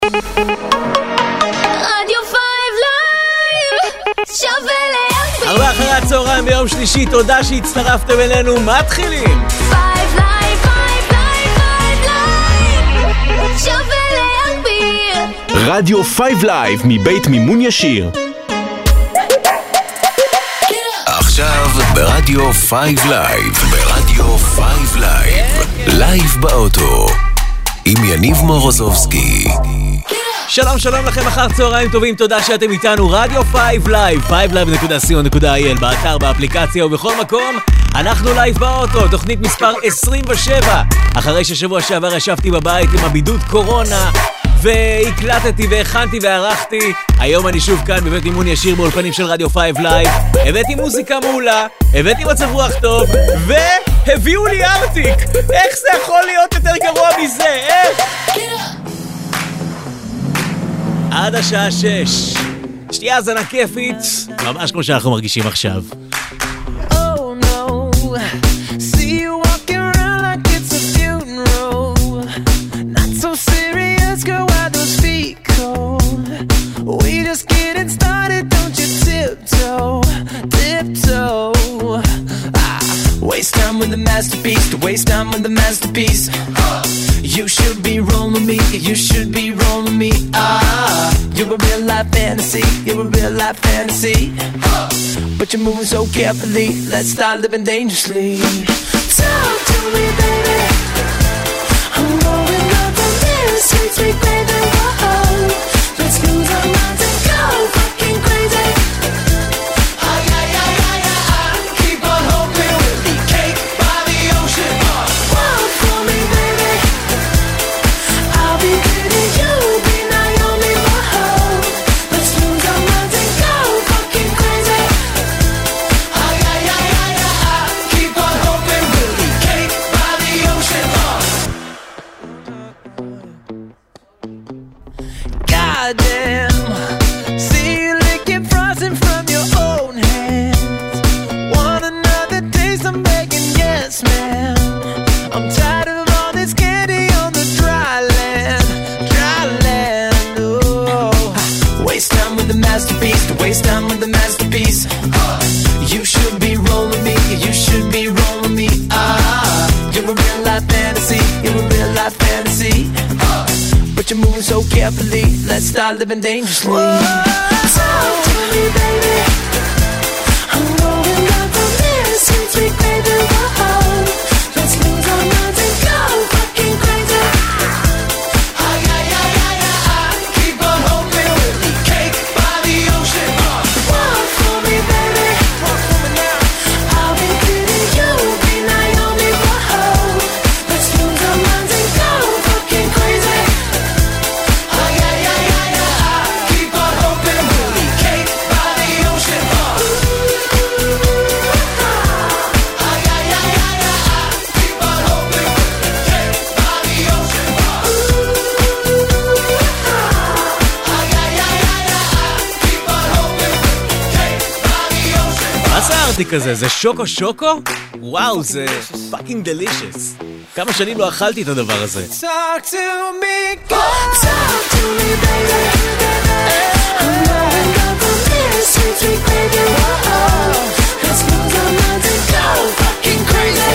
רדיו 5 לייב שווה להגביל 4 אחרי הצהריים ביום שלישי, תודה שהצטרפתם אלינו, מתחילים 5 לייב שווה להגביל רדיו 5 לייב מבית מימון ישיר. עכשיו ברדיו 5 לייב, לייב באוטו עם יניב מורוזובסקי. שלום שלום לכם, אחר צהריים טובים, תודה שאתם איתנו. רדיו 5 לייב, 5live.co.il, באתר, באפליקציה ובכל מקום. אנחנו לייב באוטו, תוכנית מספר 27. אחרי ששבוע שעבר ישבתי בבית עם הבידוד קורונה והקלטתי והכנתי וערכתי, היום אני שוב כאן בבית אימון ישיר באולפנים של רדיו 5 לייב. הבאתי מוזיקה מעולה, הבאתי מצב רוח טוב, והביאו לי ארטיק. איך זה יכול להיות יותר גרוע מזה? איך? עד השעה 6 שתהיה הזנה כיפית, ממש כמו שאנחנו מרגישים עכשיו. Oh no, see you walking around like it's a funeral. Not so serious, girl, why those feet cold? We just getting started, don't you tiptoe, tiptoe. Waste time with the masterpiece, to waste time with the masterpiece. You should be rolling me, you should be rolling me. You're a real life fantasy, you're a real life fantasy. But you're moving so carefully, let's start living dangerously. Talk to me, baby. I'm going up on this sweet, sweet baby. Whoa, let's lose our minds and go fucking crazy. Keep on hoping we'll be cake by the ocean. Walk for me, baby. I'll be pretty, you'll be Naomi. Whoa, let's lose our minds and go fucking crazy. Keep on hoping we'll be cake by the ocean. Goddamn, see you licking frosting from your own hands. Want another taste? I'm begging, yes, man. I'm tired of all this candy on the dry land, dry land. Oh, waste time with the masterpiece, to waste time with the masterpiece. You should be rolling me, you should be rolling me. You're a real life fantasy, you're a real life fantasy. But you're moving so carefully, let's start living dangerously. Talk to me, baby. I'm going up on this sweet, sweet baby. Whoa, let's lose our minds and go fucking crazy. Keep on hoping we'll be cake by the ocean. Walk for me, baby. Walk for me now. I'll be pretty, you'll be Naomi. Whoa, let's lose our minds and go fucking crazy. Keep on hoping we'll be cake by the ocean. Keep on hoping we'll be cake by the ocean. Keep on hoping we'll be cake by the ocean. מה זה הארטיק הזה? זה שוקו שוקו? וואו, זה פאקינג דלישס. כמה שנים לא אכלתי את הדבר הזה. Talk to me, girl. Talk to me, baby. I'm going up on this sweet, sweet baby. Whoa, let's lose our minds and go fucking crazy.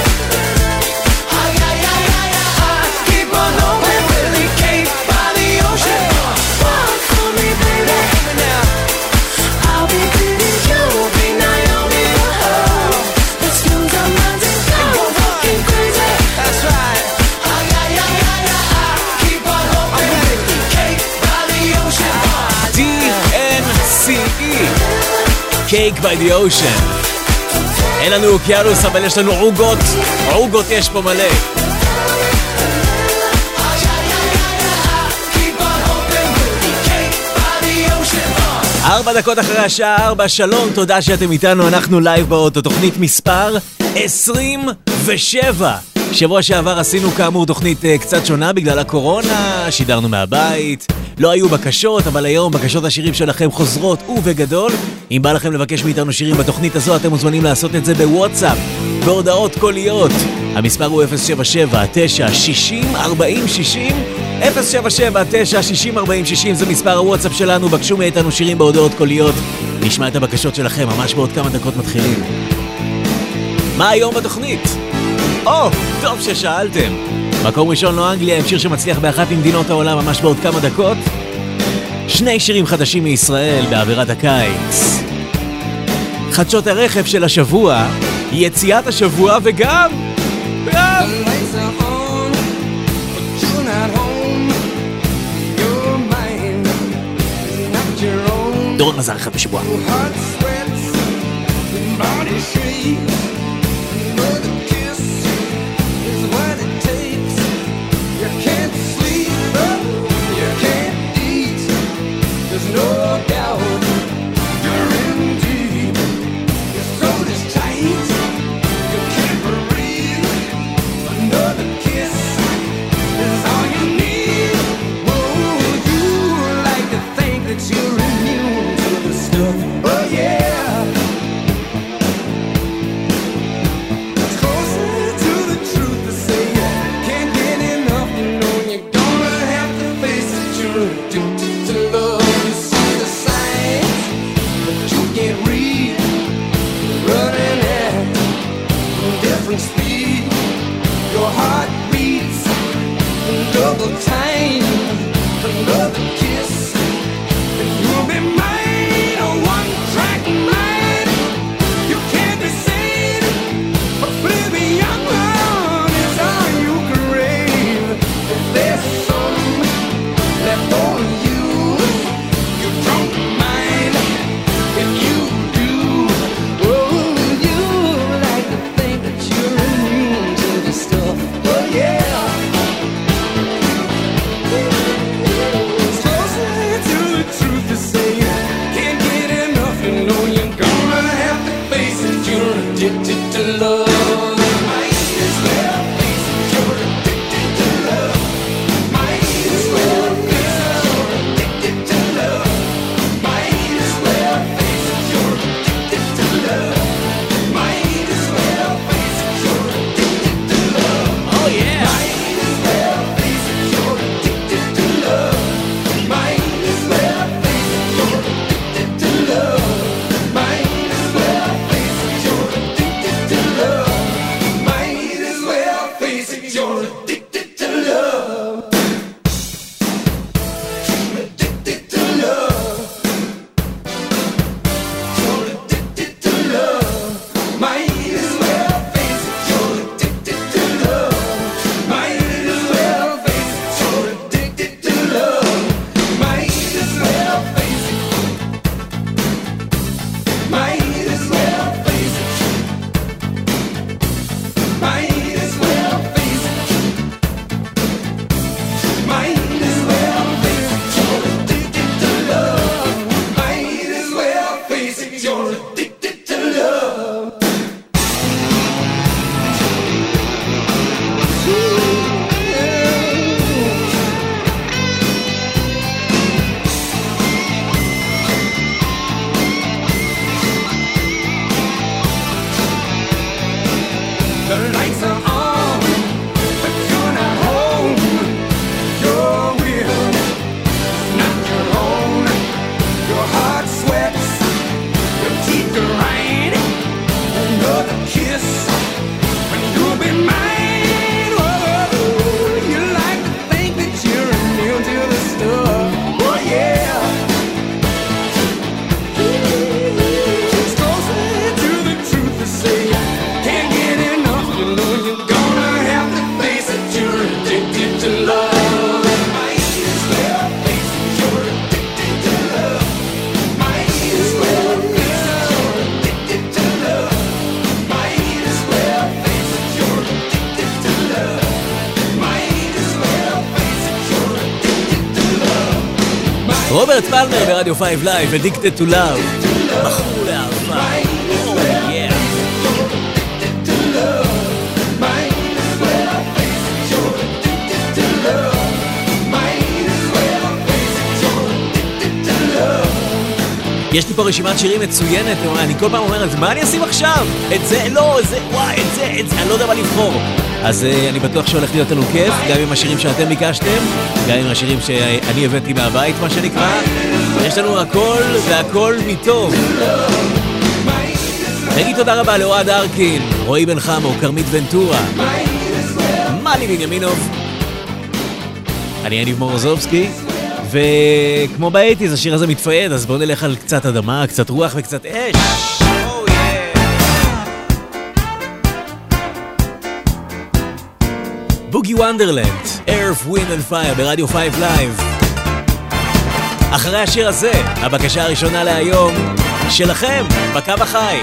Keep on hoping we'll be cake by the ocean. Walk for me, baby. I'll be pretty, you'll be Naomi. Whoa, let's lose our minds and go fucking crazy. That's right. Keep on hoping we'll be cake by the ocean. DNCE Cake by the Ocean. אין לנו אוקיינוס, אבל יש לנו עוגות. עוגות יש פה מלא. Keep on hoping we'll be cake by the ocean. 4 דקות אחרי השעה 4, שלום, תודה שאתם איתנו, אנחנו לייב באוטו, תוכנית מספר 27. שבוע שעבר עשינו כאמור תוכנית קצת שונה בגלל הקורונה, שידרנו מהבית, לא היו בקשות, אבל היום בקשות השירים שלכם חוזרות ובגדול. אם בא לכם לבקש מאיתנו שירים בתוכנית הזו, אתם מוזמנים לעשות את זה בוואטסאפ, בהודעות קוליות. המספר הוא 077-960-4060, 077-960-4060 זה מספר הוואטסאפ שלנו, בקשו מאיתנו שירים בהודעות קוליות, נשמע את הבקשות שלכם, ממש בעוד כמה דקות מתחילים. מה היום בתוכנית? טוב ששאלתם. מקום ראשון לא אנגליה, עם שיר שמצליח באחת ממדינות העולם ממש בעוד כמה דקות. 2 שירים חדשים מישראל באווירת הקיץ. חדשות הרכב של השבוע, יציאת השבוע וגם דורון מזר אחד בשבוע. רוברט פלמר ברדיו 5 לייב, Addicted to Love, בחור לאהבה. יש לי פה רשימת שירים מצוינת, אני כל פעם אומרת, מה אני אשים עכשיו? את זה, לא, זה, וואי, את זה, אני לא יודע מה לבחור. אז אני בטוח שהולך להיות לנו כיף, גם עם השירים שאתם ביקשתם, גם עם השירים שאני הבאתי מהבית, מה שנקרא. יש לנו הכל והכל מטוב. נגיד תודה רבה לאוהד ארקין, רועי בן חמו, קרמית ונטורה, מלי בנימינוב. אני יניב מורוזובסקי, וכמו באייטיז השיר הזה מתפייד, אז בואו נלך על קצת אדמה, קצת רוח וקצת אש. בוגי וונדרלנד, Earth, Wind and Fire ברדיו 5 Live. אחרי השיר הזה, הבקשה הראשונה להיום שלכם בקו החי.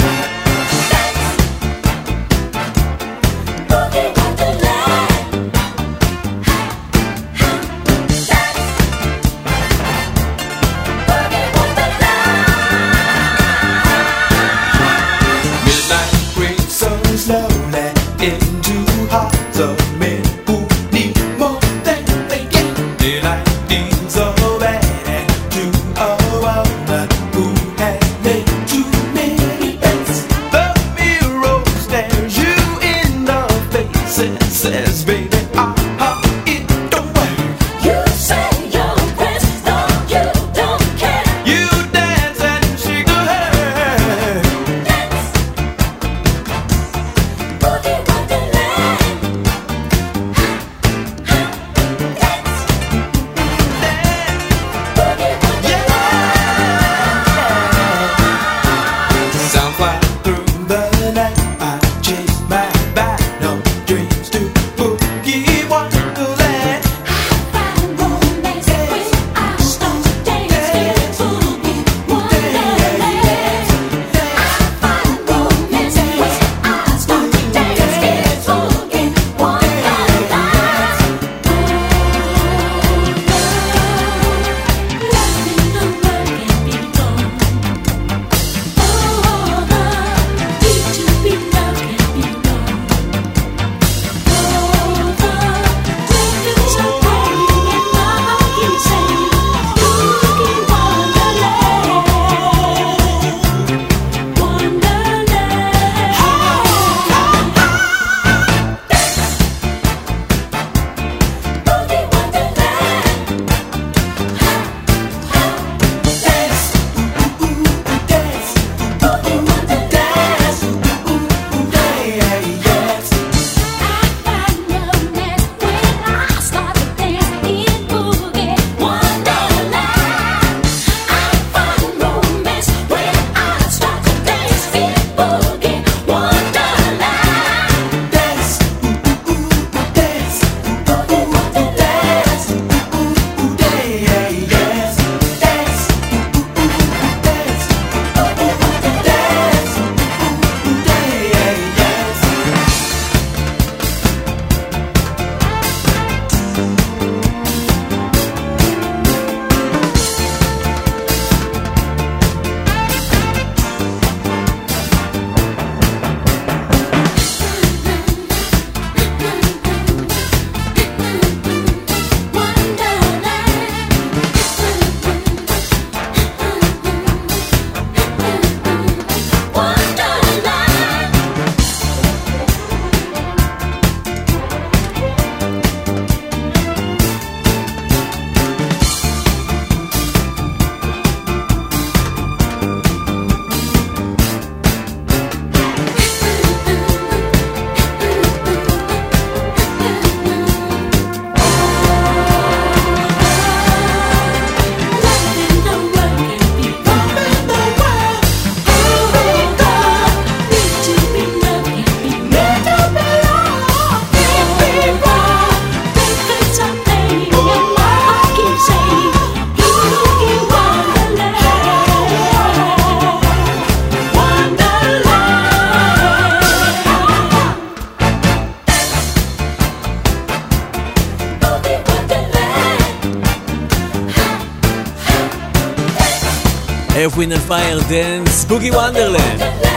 Earth, Wind and Fire Dance, בוגי וונדרלנד.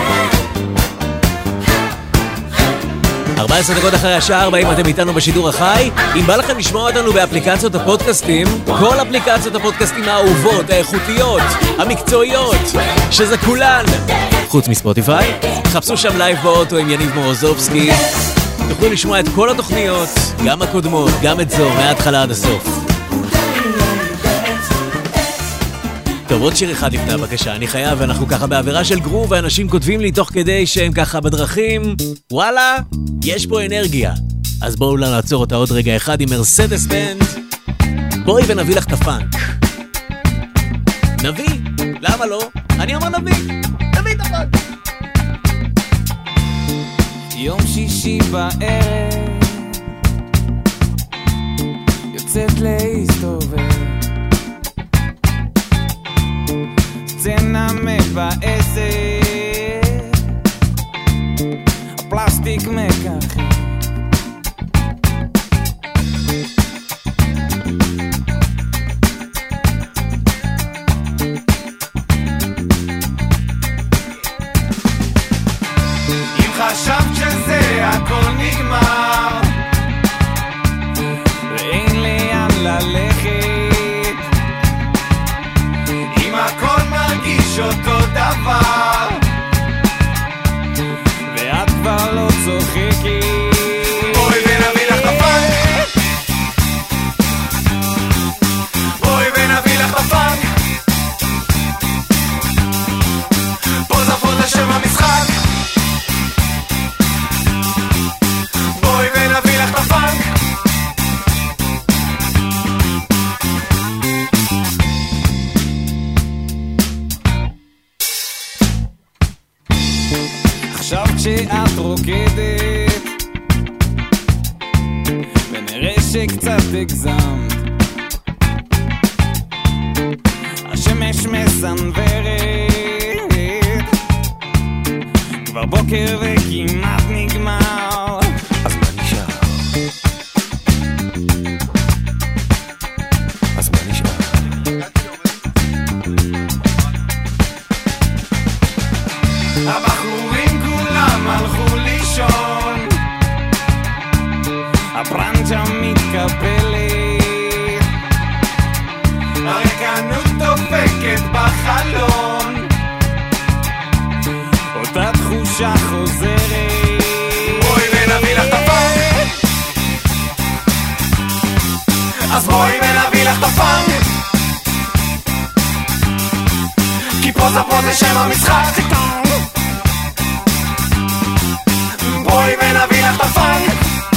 14 דקות אחרי השעה 40 אתם איתנו בשידור החי. אם בא לכם לשמוע אותנו באפליקציות הפודקאסטים, כל אפליקציות הפודקאסטים האהובות, האיכותיות, המקצועיות, שזה כולן, חוץ מספוטיפיי, חפשו שם לייב באוטו עם יניב מורוזובסקי. תוכלו לשמוע את כל התוכניות, גם הקודמות, גם את זו, מההתחלה עד הסוף. טוב, עוד שיר אחד לפני הבקשה, אני חייב, ואנחנו ככה בעבירה של גרוב, ואנשים כותבים לי תוך כדי שהם ככה בדרכים, וואלה, יש פה אנרגיה. אז בואו נעצור אותה עוד רגע אחד עם מרסדס בנד. בואי ונביא לך את הפאנק. נביא? למה לא? אני אומר נביא את הפאנק. יום שישי בערב יוצאת להסתובב, סצנה מבאסת, הפלסטיק מככב, אם חשבת שזה הכל נגמר ואין לאן ללכת, אם הכל מרגיש אותו דבר ואת כבר לא צוחקת, בואי ונביא לך את הפאנק, בואי ונביא לך את הפאנק, פוזה פוזה שם המשחק, בואי ונביא לך את הפאנק. עכשיו כשאת רוקדת ונראה שקצת הגזמת, השמש מסנוורת, כבר בוקר וכמעט נגמר, אז מה נשאר? אז מה נשאר? הבחורים כולם הלכו לישון, הפרנצ'ה מתקפלת, הרקנות דופקת בחלון, אותה תחושה חוזרת, בואי ונביא לך את הפאנק, אז בואי ונביא לך את הפאנק, כי פוזה פוזה שם המשחק, בואי ונביא לך את הפאנק.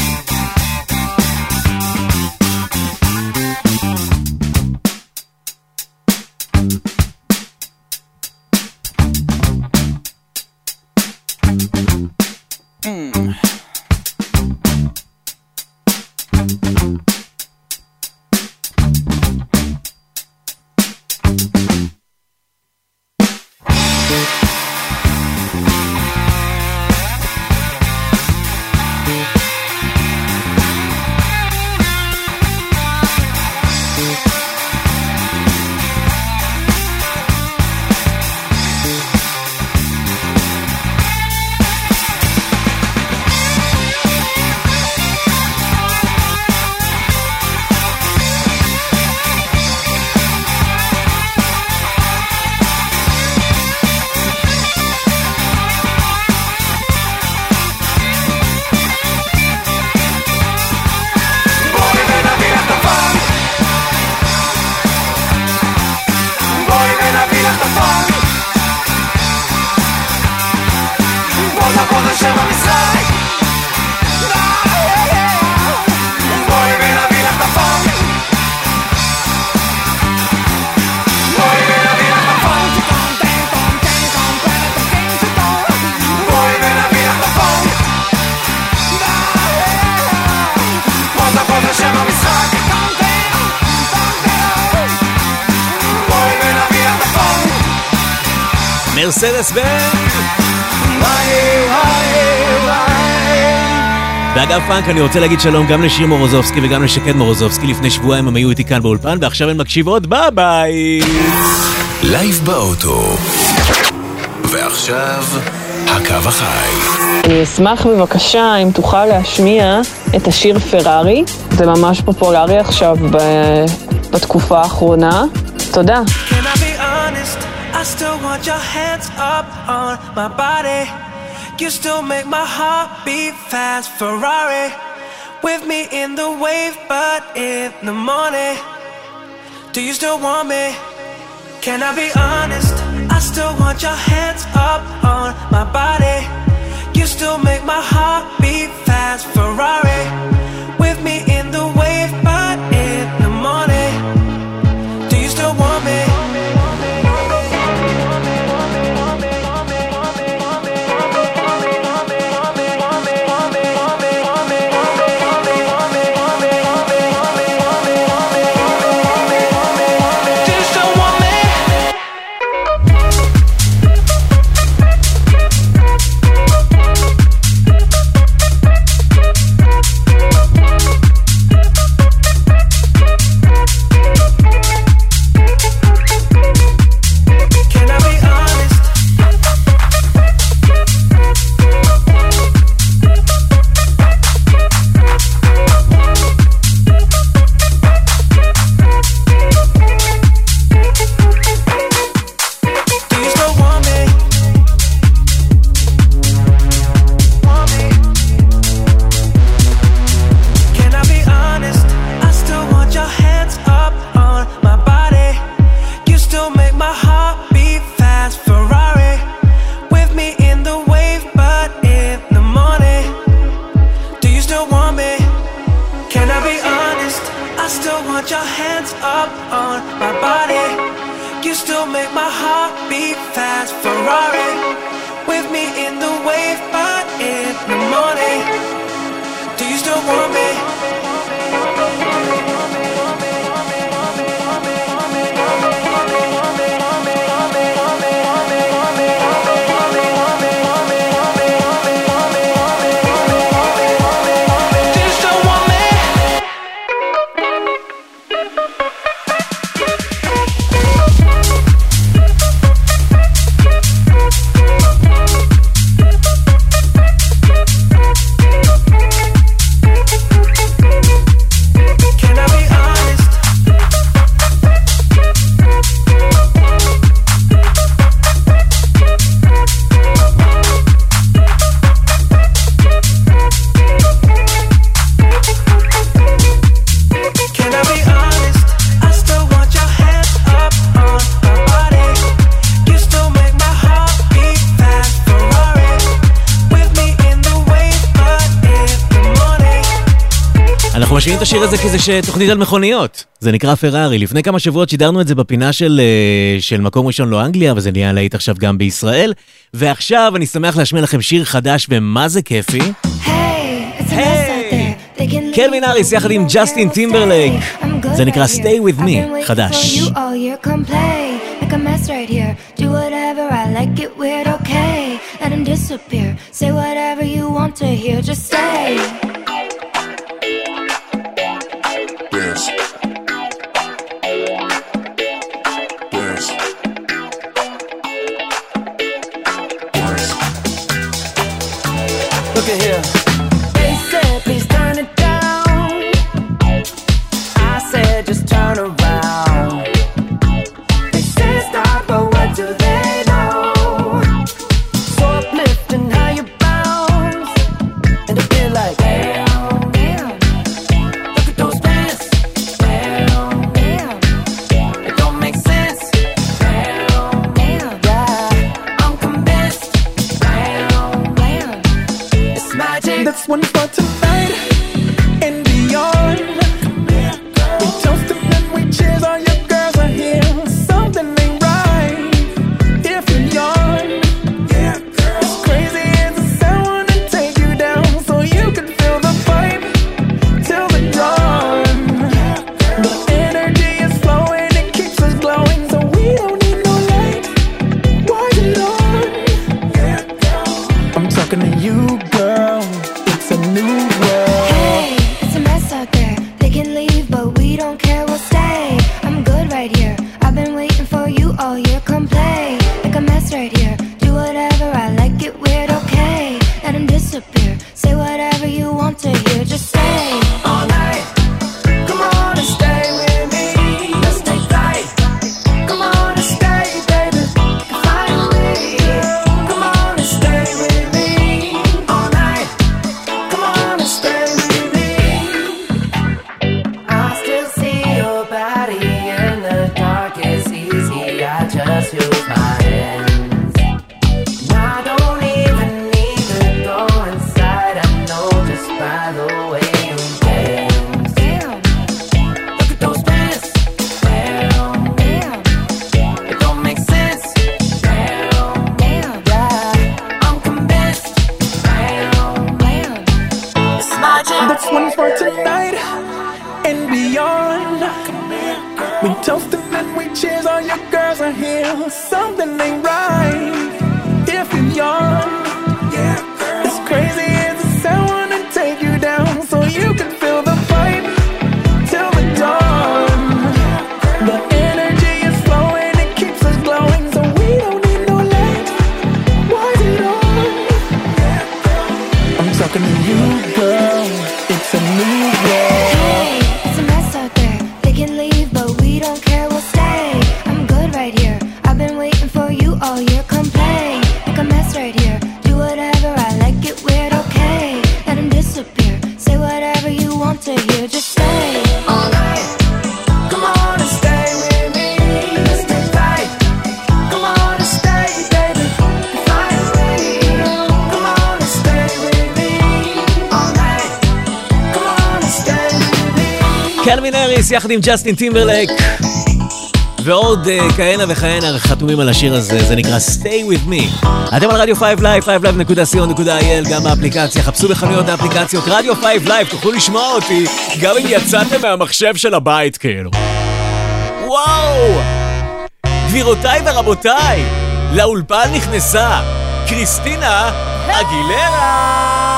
מרסדס בנד. ואגב פאנק, אני רוצה להגיד שלום גם לשיר מורוזובסקי וגם לשקד מורוזובסקי. לפני שבועיים הם היו איתי כאן באולפן, ועכשיו הן מקשיבות בבית. לייב באוטו. ועכשיו, הקו החי. אני אשמח בבקשה אם תוכל להשמיע את השיר פרארי. זה ממש פופולרי עכשיו בתקופה האחרונה. תודה. Can I be honest? I still want your hands up on my body. You still make my heart beat fast. Ferrari, with me in the wave, but in the morning, do you still want me? Can I be honest? I still want your hands up on my body. You still make my heart beat fast. Ferrari, with me in the wave, but in the morning, do you still want me? משאירים את השיר הזה כי זה תוכנית על מכוניות. זה נקרא פרארי. לפני כמה שבועות שידרנו את זה בפינה של מקום ראשון לא אנגליה, וזה נהיה להיט עכשיו גם בישראל. ועכשיו אני שמח להשמיע לכם שיר חדש, ומה זה כיפי? קלווין האריס יחד עם ג'סטין טימברלייק. זה נקרא Stay With Me, חדש. Make a mess right here. Do whatever I like, it weird, okay. Let him disappear. Say whatever you want to hear, just say. Dance. Dance. Dance. Look at here. They said please turn it down. I said just turn around. They say stop, but what do they know? So uplifting how you bounce, and I feel like damn, damn. Look at those pants, damn, damn. It don't make sense, damn, damn. Yeah, I'm convinced, damn, damn. It's magic. That's one for tonight and beyond. We toast them and we cheers. All your girls are here. Something ain't right if you yawn. As crazy as the sound, wanna take you down so you can feel the vibe till the dawn. The energy is flowing, it keeps us glowing, so we don't need no light. Why is it on? I'm talking to you, girl. It's a new all your girls are here. Something ain't right if you're young. As crazy as it sounds, wanna take you down so you can feel the vibe till the dawn. The energy is flowing, it keeps us glowing, so we don't need no light. Why it on? I'm talking to you, girl. It's a new world. Hey, it's a mess out there. They can leave, but we don't care, we'll stay. I'm good right here. I've been waiting for you all year. Come play, make a mess right here. Do whatever, I like it weird, okay. Let him disappear. Say whatever you want to hear, just stay. All night, come on and stay with me. Let's stay tight. Come on and stay, baby. Finally, come on and stay with me. All night, come on and stay with me. קלווין האריס יחד עם ג'סטין טימברלייק ועוד כהנה וכהנה חתומים על השיר הזה, זה נקרא Stay With Me. אתם על רדיו 5 Live, 5live.co.il, גם באפליקציה, חפשו בחנויות האפליקציות רדיו 5 Live, תוכלו לשמוע אותי גם אם יצאתם מהמחשב של הבית כאילו. וואו! גבירותיי ורבותיי, לאולפן נכנסה קריסטינה אגילרה.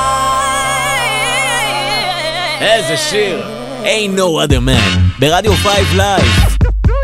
איזה שיר, Ain't No Other Man, ברדיו 5 Live.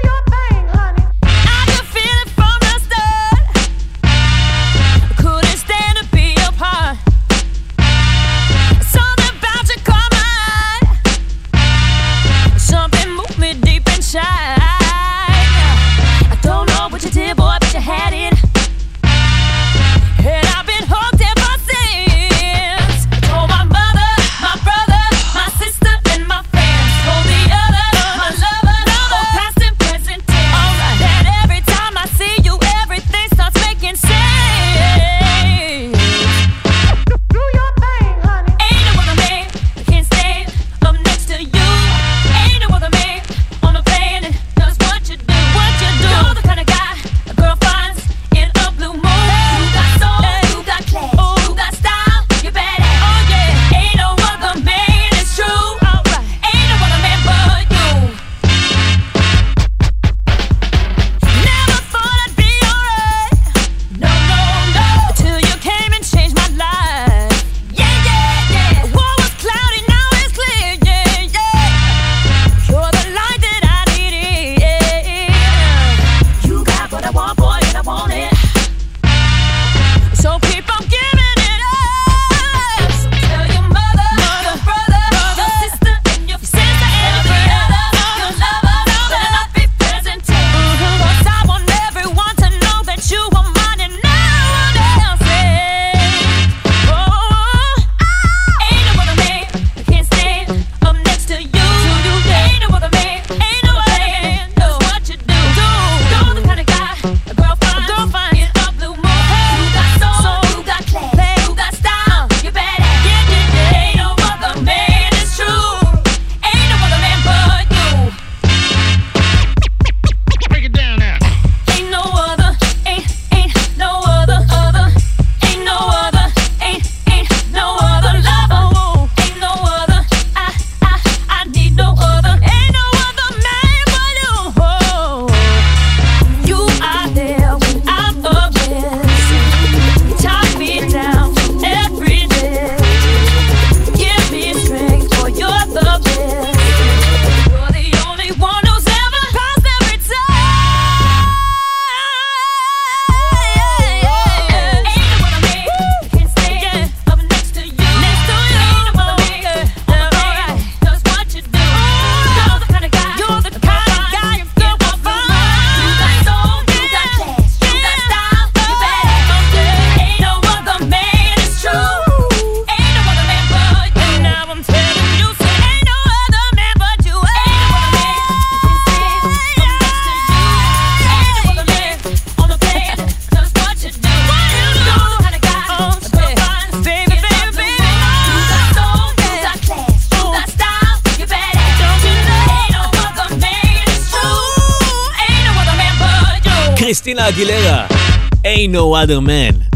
קריסטינה אגילרה, Ain't No Other Man.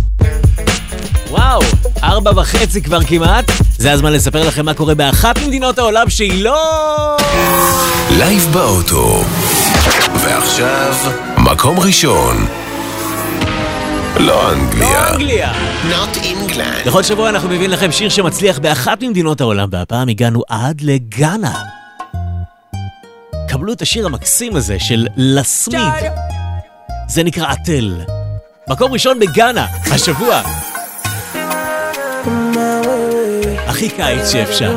וואו, 4:30 כבר כמעט. זה הזמן לספר לכם מה קורה באחת ממדינות העולם שהיא לא... לייב באוטו. ועכשיו, מקום ראשון. לא אנגליה. אנגליה. Not England. לכל שבוע אנחנו מביאים לכם שיר שמצליח באחת ממדינות העולם, והפעם הגענו עד לגאנה. קבלו את השיר המקסים הזה של לסמיד. זה נקרא אטל. מקום ראשון בגאנה, השבוע. הכי קיץ שאפשר.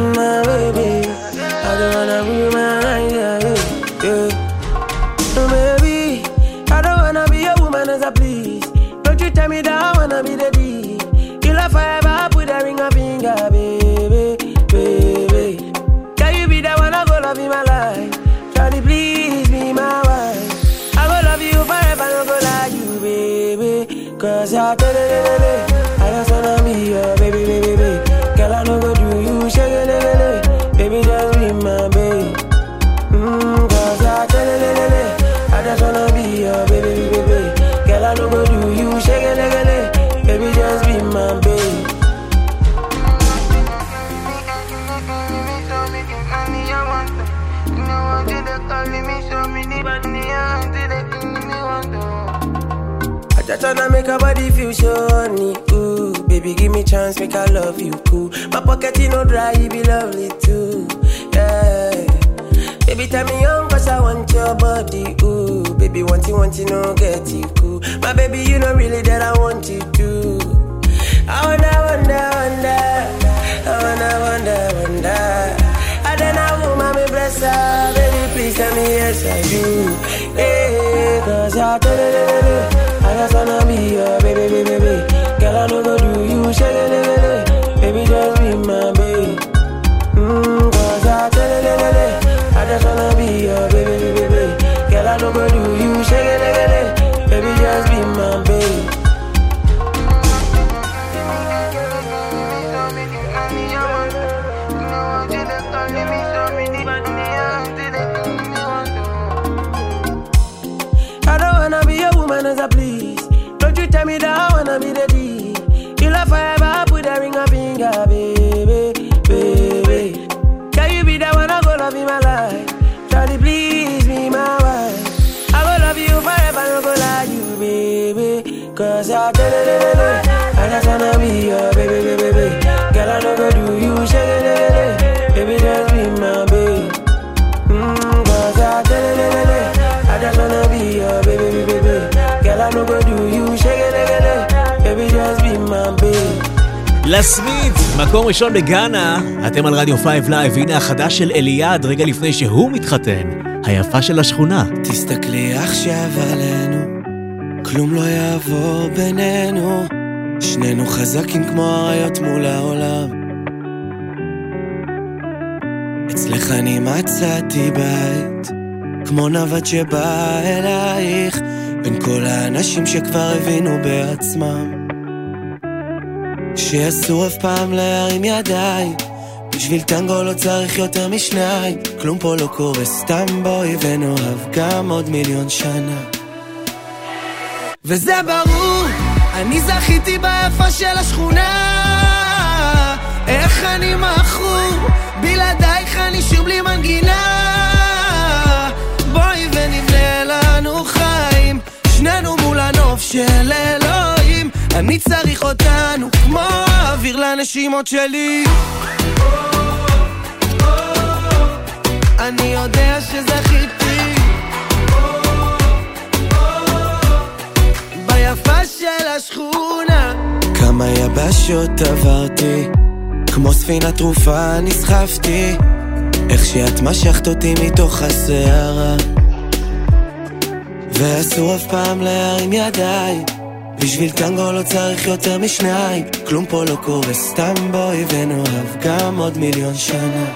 Tell me that I wanna be the D. You'll have forever put a ring on finger, baby, baby. Can you be the one I go love in my life? Try to please be my wife. I go love you forever, no go like you, baby. Cause I tell you, I just wanna be your baby, baby, baby. Girl, I know go do you, shake it, baby, just be my baby. Cause I tell you, I just wanna be your baby, baby, baby. Girl, I know go do you, shake it, baby, just be my baby. I just wanna make her body feel so honey, ooh. Baby, give me chance, make I love you, cool. My pocket, you know, dry, you be lovely too, yeah. Baby, tell me young, cause I want your body, ooh. Baby, want you, no, get you cool. My baby, you know really that I want you to. I wonder, I don't know, mommy, bless her. Baby, please tell me yes, I do. Hey, cause I tell you, I just wanna be your baby, baby, baby. Girl, I know go do you, shake it, baby, just be my baby. Cause I tell you, I just wanna be your baby, baby, baby. Girl, I know go do you, shake it, baby, just be my baby. I don't wanna be a woman as a please. Don't you tell me that I wanna be the D. You'll have forever put a ring on finger, baby, baby. Can you be the one I go love in my life? Try to please me, my wife. I go love you forever, no go like you, baby. Cause I tell you, I just wanna be your baby, baby, baby. Girl, I know go do you, shake it, baby, just be my baby. Cause I tell you, I just wanna be your baby, baby, baby. Girl, I know go do you, shake it, baby, just be my baby. לסמיד, מקום ראשון בגאנה. אתם על רדיו 5 לייב, והנה החדש של אליעד רגע לפני שהוא מתחתן, היפה של השכונה. תסתכלי עכשיו עלינו, כלום לא יעבור בינינו, שנינו חזקים כמו אריות מול העולם. אצלך אני מצאתי בית, כמו נווט שבא אלייך, בין כל האנשים שכבר הבינו בעצמם שאסור אף פעם להרים ידיים, בשביל טנגו לא צריך יותר משניים, כלום פה לא קורה סתם, בואי ונאהב גם עוד מיליון שנה. וזה ברור, אני זכיתי ביפה של השכונה, איך אני מחרור, בלעדייך אני שיר בלי מנגינה, בואי ונבנה לנו חיים, שנינו מול הנוף של אלוהים, אני צריך אותנו כמו אוויר לנשימות שלי. אני יודע שזכיתי ביפה של השכונה. כמה יבשות עברתי, כמו ספינה תרופה נסחפתי, איך שאת משכת אותי מתוך הסערה, ואסור אף פעם להרים ידיים, בשביל טנגו לא צריך יותר משניים, כלום פה לא קורה סתם, בואי ונאהב גם עוד מיליון שנה.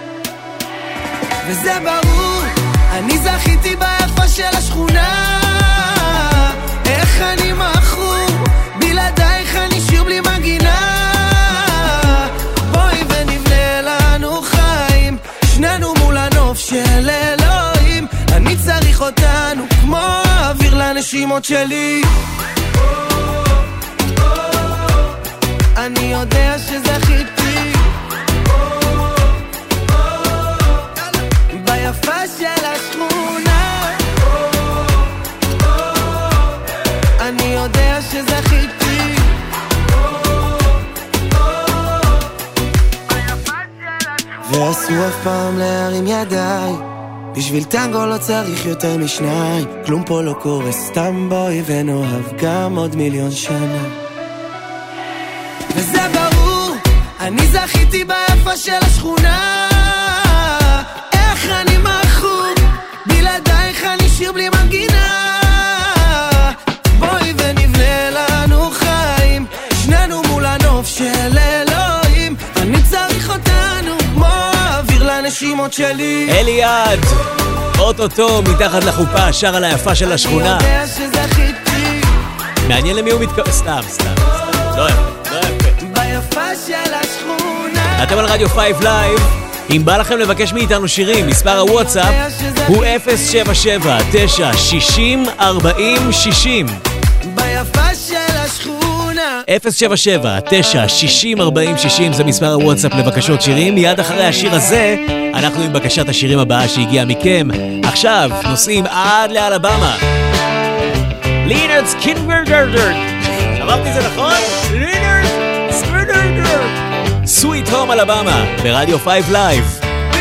וזה ברור, אני זכיתי ביפה של השכונה, איך אני מחרור, בלעדייך אני שיר בלי מנגינה, בואי ונבנה לנו חיים, שנינו מול הנוף של אלוהים, אני צריך אותנו כמו אוויר לנשימות שלי. אני יודע שזכיתי ביפה של השכונה. אסור אף פעם להרים ידיים, בשביל טנגו לא צריך יותר משניים, כלום פה לא קורה סתם, בואי ונאהב גם עוד מיליון שנה. וזה ברור, אני זכיתי ביפה של השכונה, איך אני מחור, בלעדייך אני שיר בלי מנגינה, בואי ונבנה לנו חיים, שנינו מול הנוף של אלוהים, אני צריך אותנו כמו האוויר לנשימות שלי. אליעד, אוטוטו מתחת לחופה שר על היפה של השכונה. אני יודע שזכיתי, מעניין למי הוא סתם, לא יפה. ביפה של השכונה. אתם על רדיו 5 לייב. אם בא לכם לבקש מאיתנו שירים, מספר הוואטסאפ הוא 077-960-4060. ביפה של השכונה. 077-960-4060 זה מספר הוואטסאפ לבקשות שירים. מיד אחרי השיר הזה אנחנו עם בקשת השירים הבאה שהגיעה מכם. עכשיו נוסעים עד לאלבמה. לינרד סקינברדרדרד, אמרתי זה נכון? לינרד סקינברדרדרד, סוויט הום אלבמה ברדיו 5 לייב.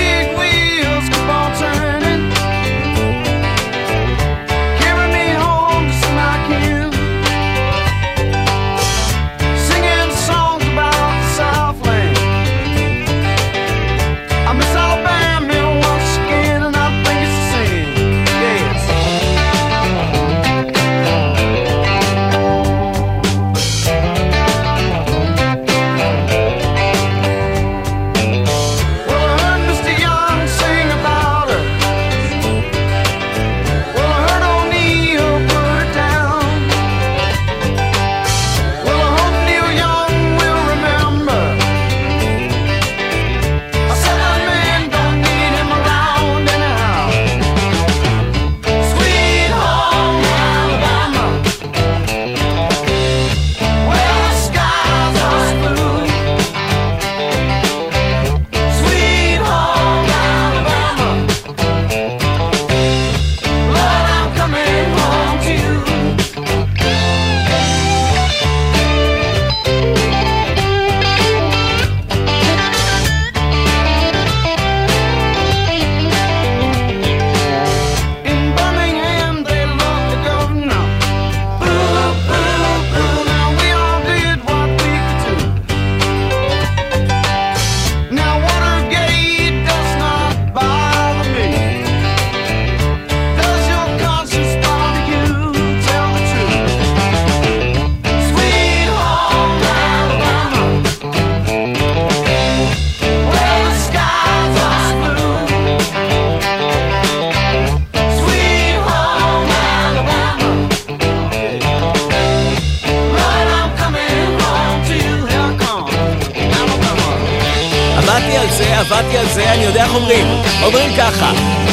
עבדתי על זה, אני יודע איך אומרים ככה.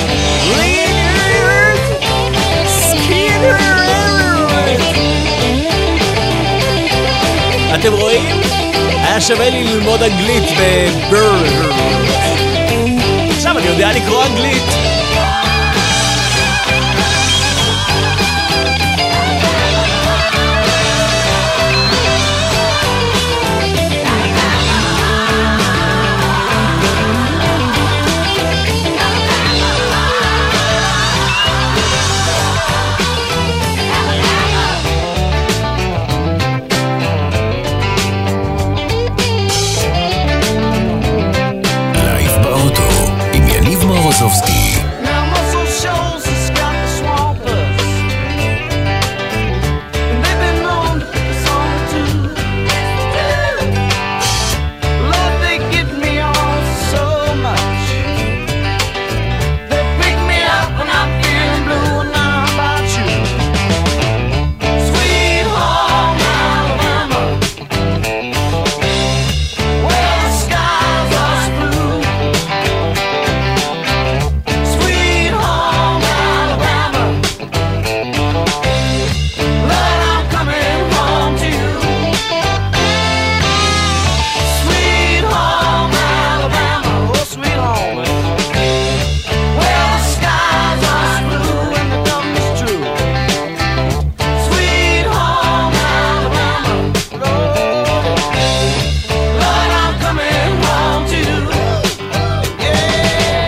אתם רואים? היה שווה לי ללמוד אנגלית בברר. עכשיו אני יודע לקרוא אנגלית. לייב באוטו עם יניב מורוזובסקי.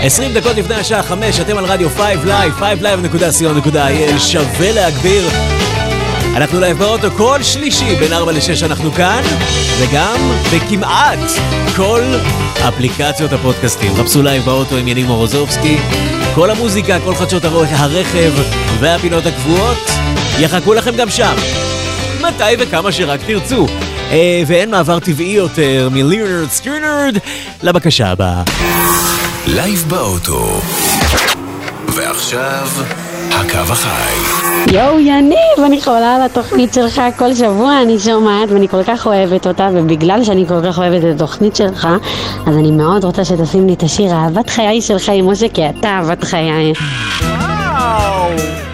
20 דקות לפני השעה 5, אתם על רדיו 5 לייב, 5live.co.il, שווה להגביר. אנחנו לייב באוטו כל שלישי בין 4 ל-6 אנחנו כאן, וגם בכמעט כל אפליקציות הפודקאסטים. חפשו לייב באוטו עם יניב מורוזובסקי. כל המוזיקה, כל חדשות הרכב והפינות הקבועות יחכו לכם גם שם, מתי וכמה שרק תרצו. ואין מעבר טבעי יותר מלירנרד סקירנרד לבקשה הבאה. לייב באוטו. ועכשיו, הקו החי. יואו יניב, אני חולה על התוכנית שלך, כל שבוע אני שומעת ואני כל כך אוהבת אותה, ובגלל שאני כל כך אוהבת את התוכנית שלך, אז אני מאוד רוצה שתשים לי את השיר אהבת חיי שלך עם משה, כי אתה אהבת חיי. וואו,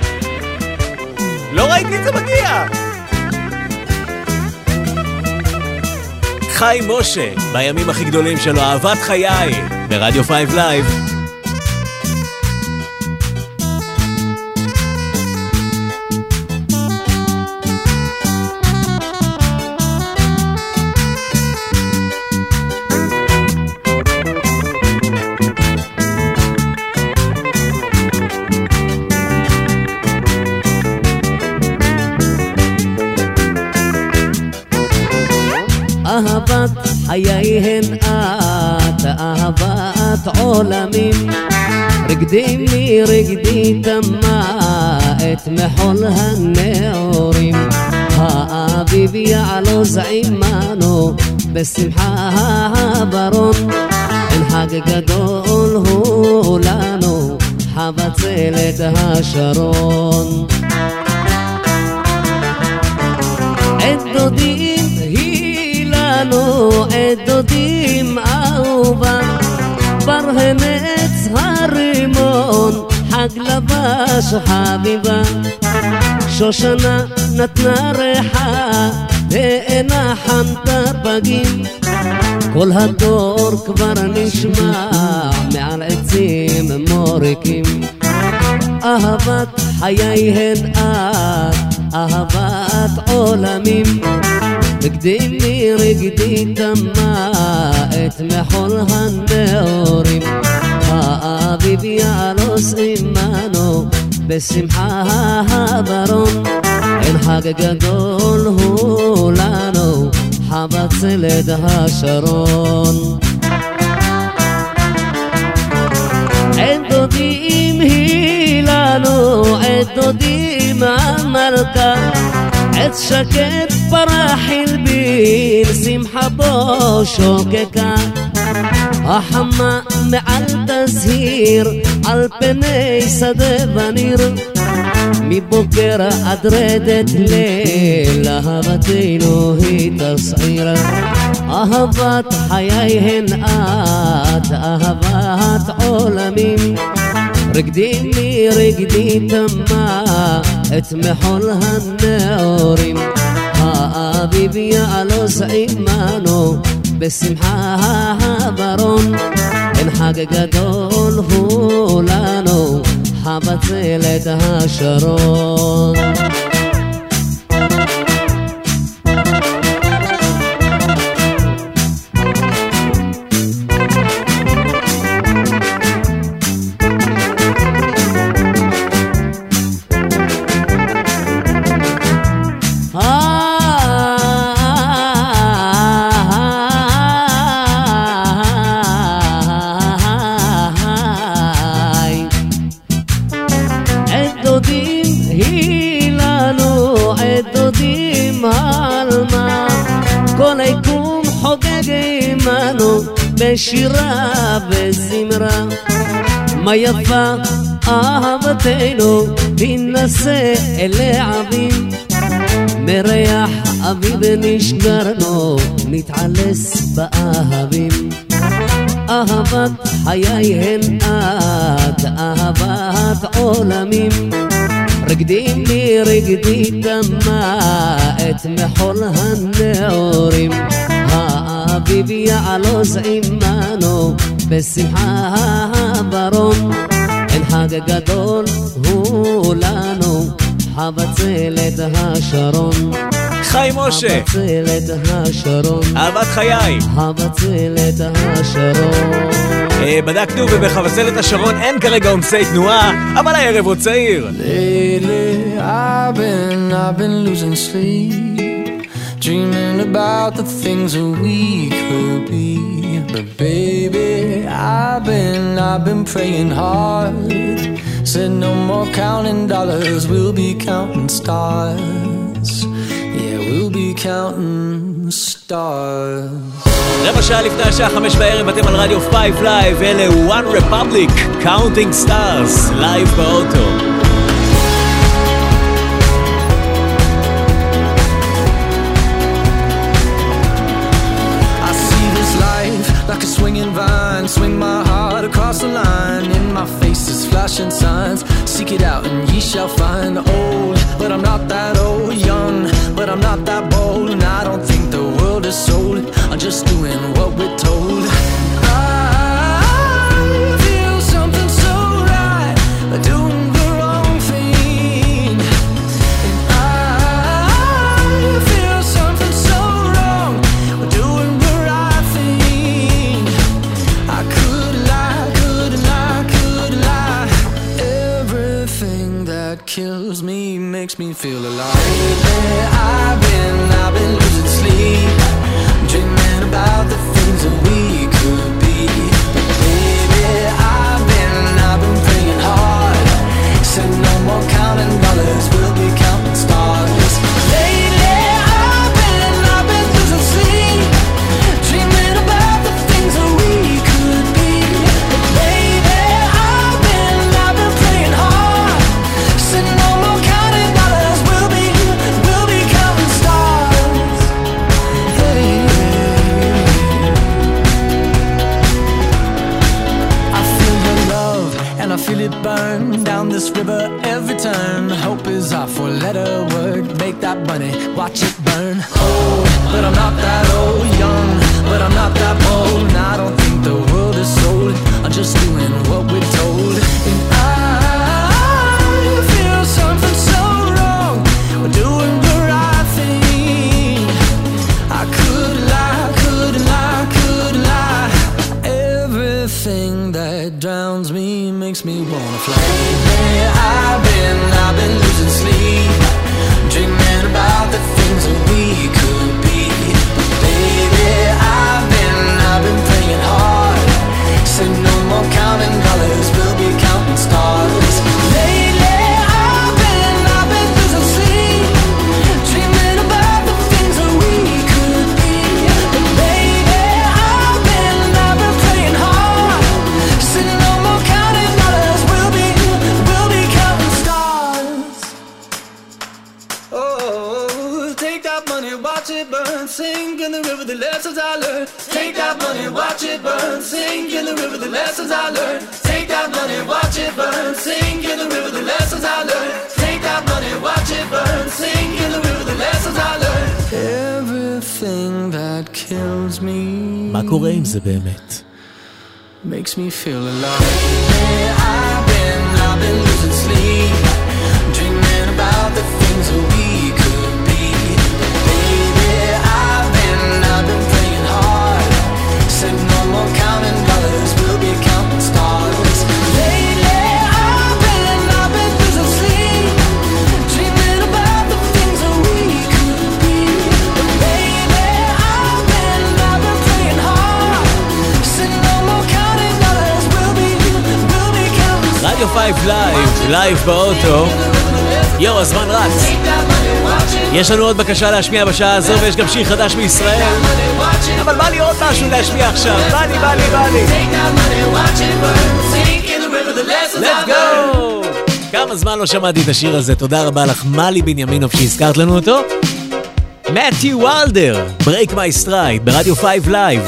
לא ראיתי את זה מגיע. חי משה, בימים הכי גדולים שלו, אהבת חיי, ברדיו 5 לייב. אהבת חייהן את, אהבת עולמים, רגדי לי רגדי תמה את מחול הנאורים, האביב יעלוז עמנו בשמחה הברון, אין חג גדול הוא לנו, חבצלת השרון. את דודים את דודים אהובה, ברהנץ הרימון, חג לבש חביבה, שושנה נתנה ריחה, ואינה חנתה פגים, כל הדור כבר נשמע, מעל עצים מוריקים. אהבת חייהן את, אהבת עולמים, רגדי לי רגדי תמה את מחול הנאורים, האביב יעלוס עמנו בשמחה הברון, אין חג גדול הוא לנו, חבצלת השרון. אין דודים היא לנו, אין דודים המלכה, עת שקט פרח הלבין, שמחה בו שוקקה, החמה מעל תזהיר, על פני שדה וניר, מבוקר עד רדת ליל, אהבתנו היא תסעיר. אהבת חייהן את, אהבת עולמים, רגדי לי רגדי תמה את מחול הנאורים, האביב יעלוז עמנו בשמחה הברון, אין חג גדול הוא לנו, חבצלת השרון. בשירה וזמרה, מה יפה אהבתנו, תנסה אלי עבים, מריח אביב נשגרנו, נתעלס באהבים. אהבת חייהן את, אהבת עולמים, רגדי לי רגדי תמה את מחול הנאורים, האביב יעלוז עמנו בשמחה הברון, אין חג גדול הוא לנו, חבצלת השרון. חי משה, חבצלת השרון, אהבת חיי, חבצלת השרון. בדקנו ובחבצלת השרון אין כרגע עומסי תנועה, אבל הערב עוד צעיר. Lately I've been losing sleep, dreaming about the things that we could be. But baby, I've been praying hard. Said no more counting dollars, we'll be counting stars. Yeah, we'll be counting stars. רבע שעה לפני השעה 5 בערב, אתם על רדיו 5 לייב, אלה One Republic, Counting Stars, לייב באוטו. Like a swinging vine, swing my heart across the line. In my face is flashing signs. Seek it out and ye shall find. Old, but I'm not that old. Young, but I'm not that bold. And I don't think the world is sold. I'm just doing what we're told. I feel something so right, doing the wrong thing. And I feel something so wrong, doing the right thing. I could lie, couldn't lie, couldn't lie. Everything that kills me makes me feel alive. Lately I've been losing sleep, dreaming about the things that we could be. But baby, I've been praying hard. Said no more counting dollars, we'll be counting stars. Lately I've been losing sleep, dreaming about the things that we could be. But baby, I've been praying hard. Said no more counting dollars, we'll be counting stars. Hey. I feel your love and I feel it burn down this river every turn. Hope is our four-letter word. Make that money, watch it burn. Old, but I'm not that old. Young, but I'm not that bold. And I don't think the world is sold. I'm just doing what we're told. And I feel something so wrong. We're doing the right thing. I could lie, couldn't lie, couldn't lie. Everything that drowns me makes me wanna fly. Lately I've been losing sleep, dreaming about the things that we could be. But baby, I've been praying hard. Said no more counting dollars, we'll be counting stars. Lately I've been losing sleep, dreaming about the things that we could be. But baby, I've been praying hard. Said no more counting dollars, we'll be counting stars. Oh, take that money, watch it burn, sink in the river, the lessons I learned. Take that money, watch it burn, sink in the river, the lessons I learned. Take that money, watch it burn, sink in the river, the lessons I learned. Take that money, watch it burn, sink in the river, the lessons I learned. Everything that kills me מה קורה עם זה באמת? makes me feel alive. Yeah, I've been losing sleep, dreaming about the things that we could be. Baby, I've been praying hard. Said no more counting dollars, we'll be counting stars. Lately, I've been losing sleep, dreaming about the things that we could be. But baby, I've been praying hard. Said no more counting dollars, we'll be counting stars. רדיו 5 לייב, לייב באוטו. יו, הזמן רץ. יש לנו עוד בקשה להשמיע בשעה הזו, ויש גם שיר חדש מישראל. אבל בא לי עוד משהו להשמיע עכשיו. בא לי. Let's go! כמה זמן לא שמעתי את השיר הזה. תודה רבה לך, מלי בנימינוב, שהזכרת לנו אותו. מתיו וילדר, Break My Stride, ברדיו 5 לייב.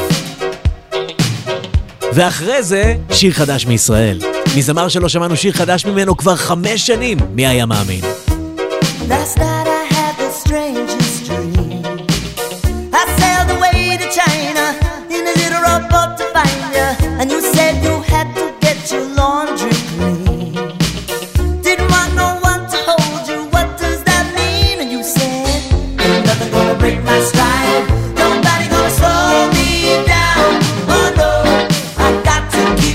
ואחרי זה, שיר חדש מישראל. מזמר שלא שמענו שיר חדש ממנו כבר 5 שנים. מי היה מאמין? Last night I had the strangest dream. I sailed away to China in a little rowboat to find you, and you said you had to get your laundry clean. Didn't want no one to hold you, what does that mean? And you said, ain't nothing gonna break my stride, nobody gonna slow me down. Oh no, I got to keep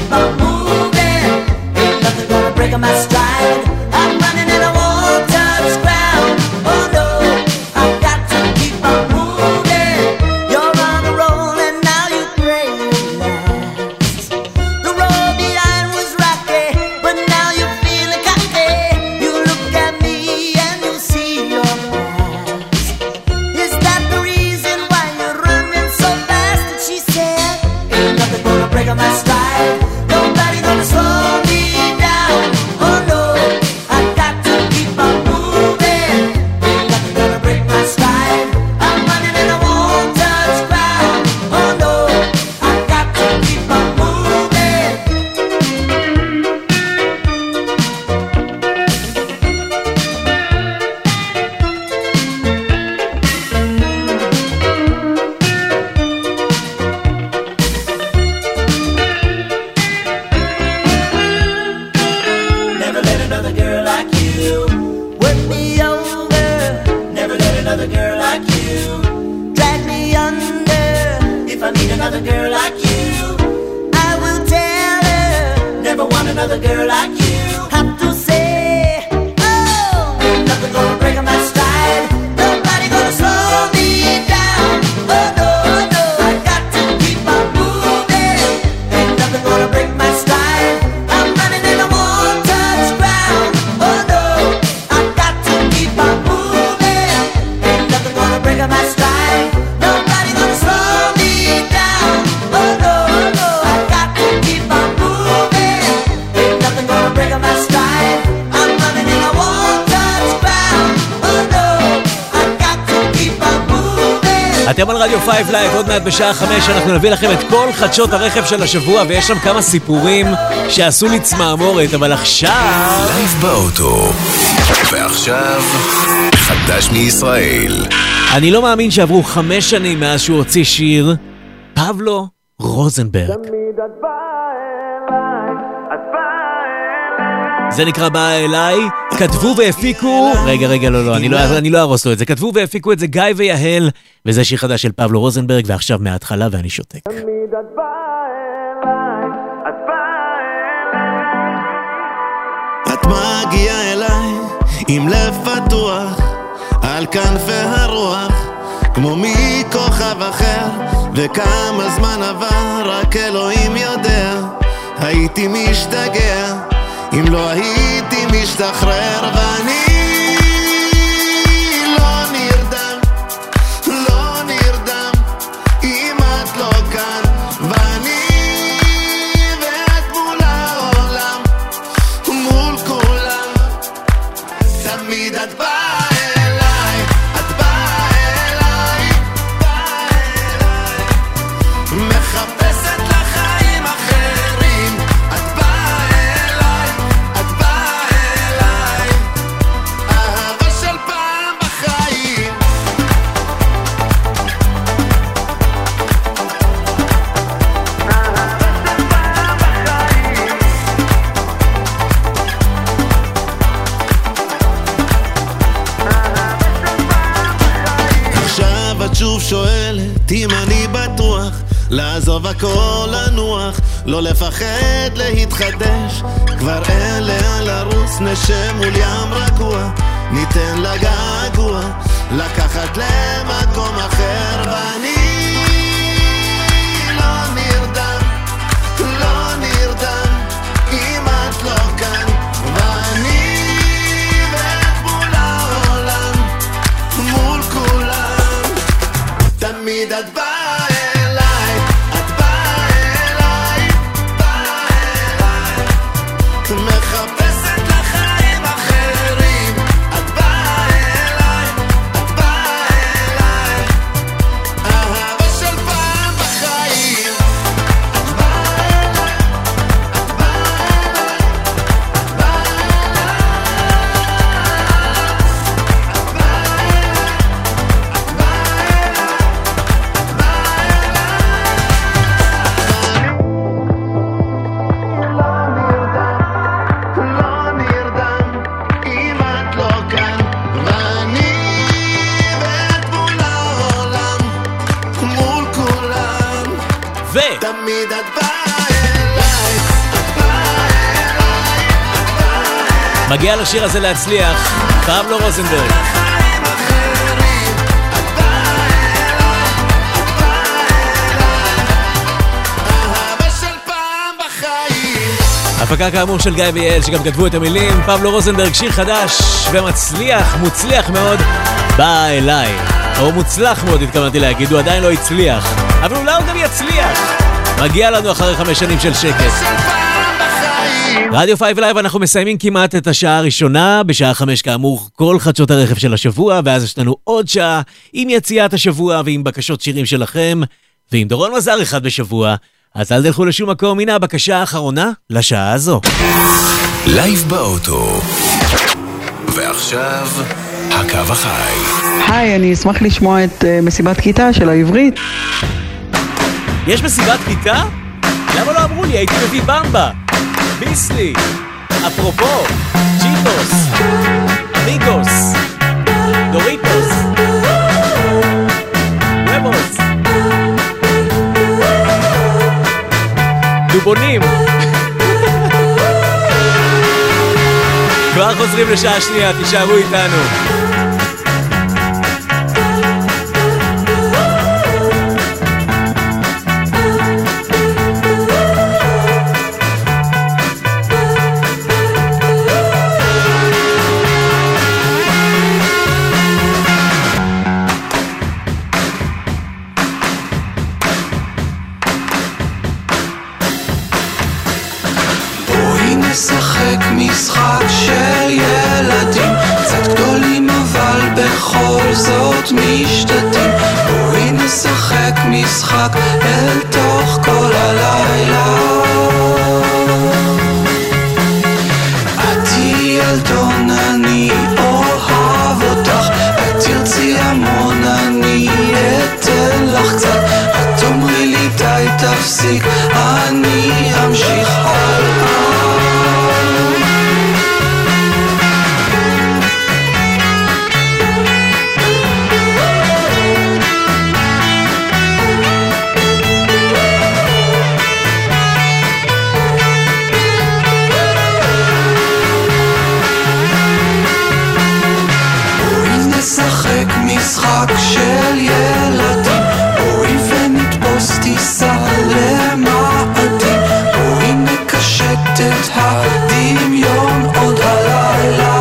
another girl like you. Drag me under if I meet another girl like you. I will tell her, never want another girl like you. Have to say, oh, nothing gonna break my stride. Nobody gonna slow me down. Oh no, no, I got to keep on moving. Ain't nothing gonna break my stride. I'm running and I won't touch ground. Oh no, I got to keep on moving. Ain't nothing gonna break my stride. Nobody gonna slow me down. Oh no, no, I got to keep on moving. Ain't nothing gonna break my stride. I'm running and I won't touch ground. Oh no, I got to keep on moving. אתם על רדיו 5 לייב, עוד מעט בשעה 5 אנחנו נביא לכם את כל חדשות הרכב של השבוע, ויש שם כמה סיפורים שעשו לי צמרמורת, אבל עכשיו... לייב באוטו. ועכשיו, חדש מישראל. אני לא מאמין שעברו 5 שנים מאז שהוא הוציא שיר, פבלו רוזנברג. זה נקרא בא אליי, כתבו והפיקו, רגע, לא, אני לא ארוס לו את זה, כתבו והפיקו את זה גיא ויהל, וזה שיר חדש של פבלו רוזנברג, ועכשיו מההתחלה ואני שותק. את מגיעה אליי עם לב פתוח על כנפי הרוח כמו מכוכב אחר, וכמה זמן עבר רק אלוהים יודע. הייתי משתגע אם לא הייתי משתחרר, ואני לא נרדם אם את לא כאן, ואני ואת מול העולם, מול כולם, תמיד את באה אליי, את באה אליי, מחפשת לחיים אחרים, את באה אליי, את באה אליי, אהבה של פעם בחיים. עכשיו את שוב שואלת אם אני בטוח לעזוב הכל לנוח, לא לפחד להתחדש, כבר אין לאן לרוץ, נשם מול ים רגוע, ניתן לגעגוע לקחת למקום אחר, ואני לא נרדם אם את לא כאן, ואני ואת מול העולם, מול כולם, תמיד את באה אליי, את באה אליי, מחפשת לחיים אחרים, את באה אליי, את באה אליי, אהבה של פעם בחיים. את באה אליי, את באה אליי, את באה לא נרדם אם את לא כאן, ואני ואת מול העולם, מול כולם, תמיד את באה אליי, את באה אליי, מגיע לשיר הזה להצליח, פבלו רוזנברג. אהבה של פעם בחיים. הפקה כאמור של גיא ויעל שגם כתבו את המילים, פבלו רוזנברג, שיר חדש ומצליח, מוצליח מאוד, בא אליי, או מוצלח מאוד התכוונתי להגיד, הוא עדיין לא הצליח, אבל אולי הוא גם יצליח. מגיע לנו אחרי 5 שנים של שקט. רדיו 5 לייב, אנחנו מסיימים כמעט את השעה הראשונה, בשעה 5 כאמור כל חדשות הרכב של השבוע, ואז יש לנו עוד שעה עם יציאת השבוע ועם בקשות שירים שלכם, ועם דורון מזר אחד בשבוע, אז אל תלכו לשום מקום, הנה הבקשה האחרונה לשעה הזו. לייב באוטו. ועכשיו, הקו החי. היי, אני אשמח לשמוע את מסיבת כיתה של העברית. יש מסיבת כיתה? למה לא אמרו לי? הייתי מביא במבה, ביסלי, אפרופו, צ'יטוס, אמיגוס, דוריטוס. בונים. כבר חוזרים לשעה שנייה, תישארו איתנו. נשחק משחק של ילדים קצת גדולים אבל בכל זאת משתתים בואי נשחק משחק אל תוך כל הלילה את ילדון אני אוהב אותך את תרצי המון אני אתן לך קצת את תאמרי לי די תפסיק אני אמשיך הלאה משחק של ילדים בואי ונתפוס טיסה למאדים בואי נקשט את הדמיון עוד הלילה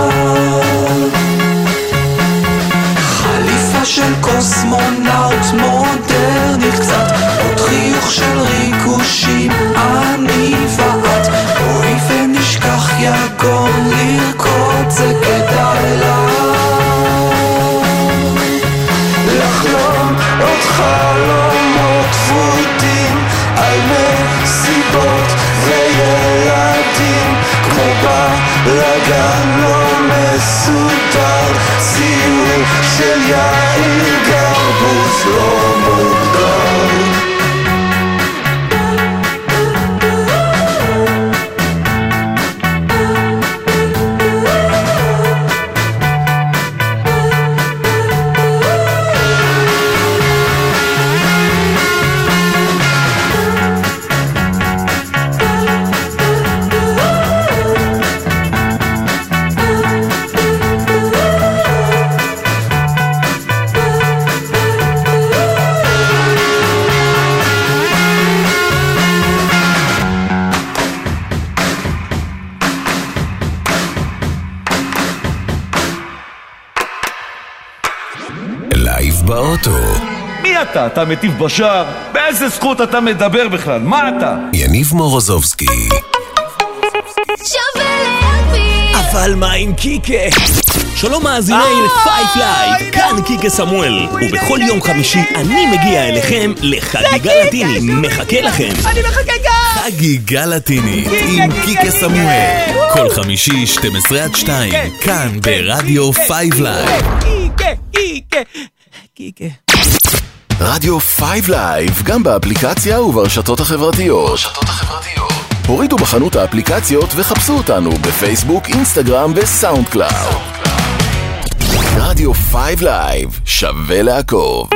חליפה של קוסמונאוט מודרנית קצת עוד חיוך של ריקושים אני ואת בואי ונשכח יגון לרקוד זה כדאי לה לחלום עוד חלומות ורדים על מסיבות וילדים כמו בלגן לא מסודר סיור של יאיר גרבוז לא מוגדר באוטו. מי אתה? אתה מטיף בשער? באיזה זכות אתה מדבר בכלל? מה אתה? יניב מורוזובסקי. אבל מה עם קיקה? שלום מאזיני לפייב לייב, כאן קיקה סמואל, ובכל יום חמישי אני מגיע אליכם לחגיגה לטיני, מחכה לכם. אני מחכה גם! חגיגה לטיני עם קיקה סמואל, כל חמישי 12-2, כאן ברדיו פייב לייב. קיקה. רדיו פייב לייב, גם באפליקציה וברשתות החברתיות. הורידו בחנות האפליקציות וחפשו אותנו בפייסבוק, אינסטגרם וסאונד קלאוד. רדיו פייב לייב, שווה לעקוב.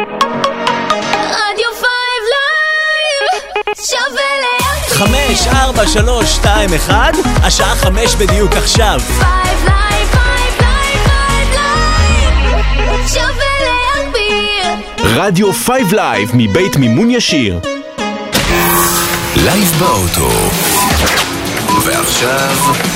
רדיו פייב לייב, שווה לעקוב. 5, 4, 3, 2, 1, השעה 5 בדיוק עכשיו. פייב לייב, פייב לייב, פייב לייב, שווה להגביר. רדיו פייב לייב מבית מימון ישיר. לייב באוטו. ועכשיו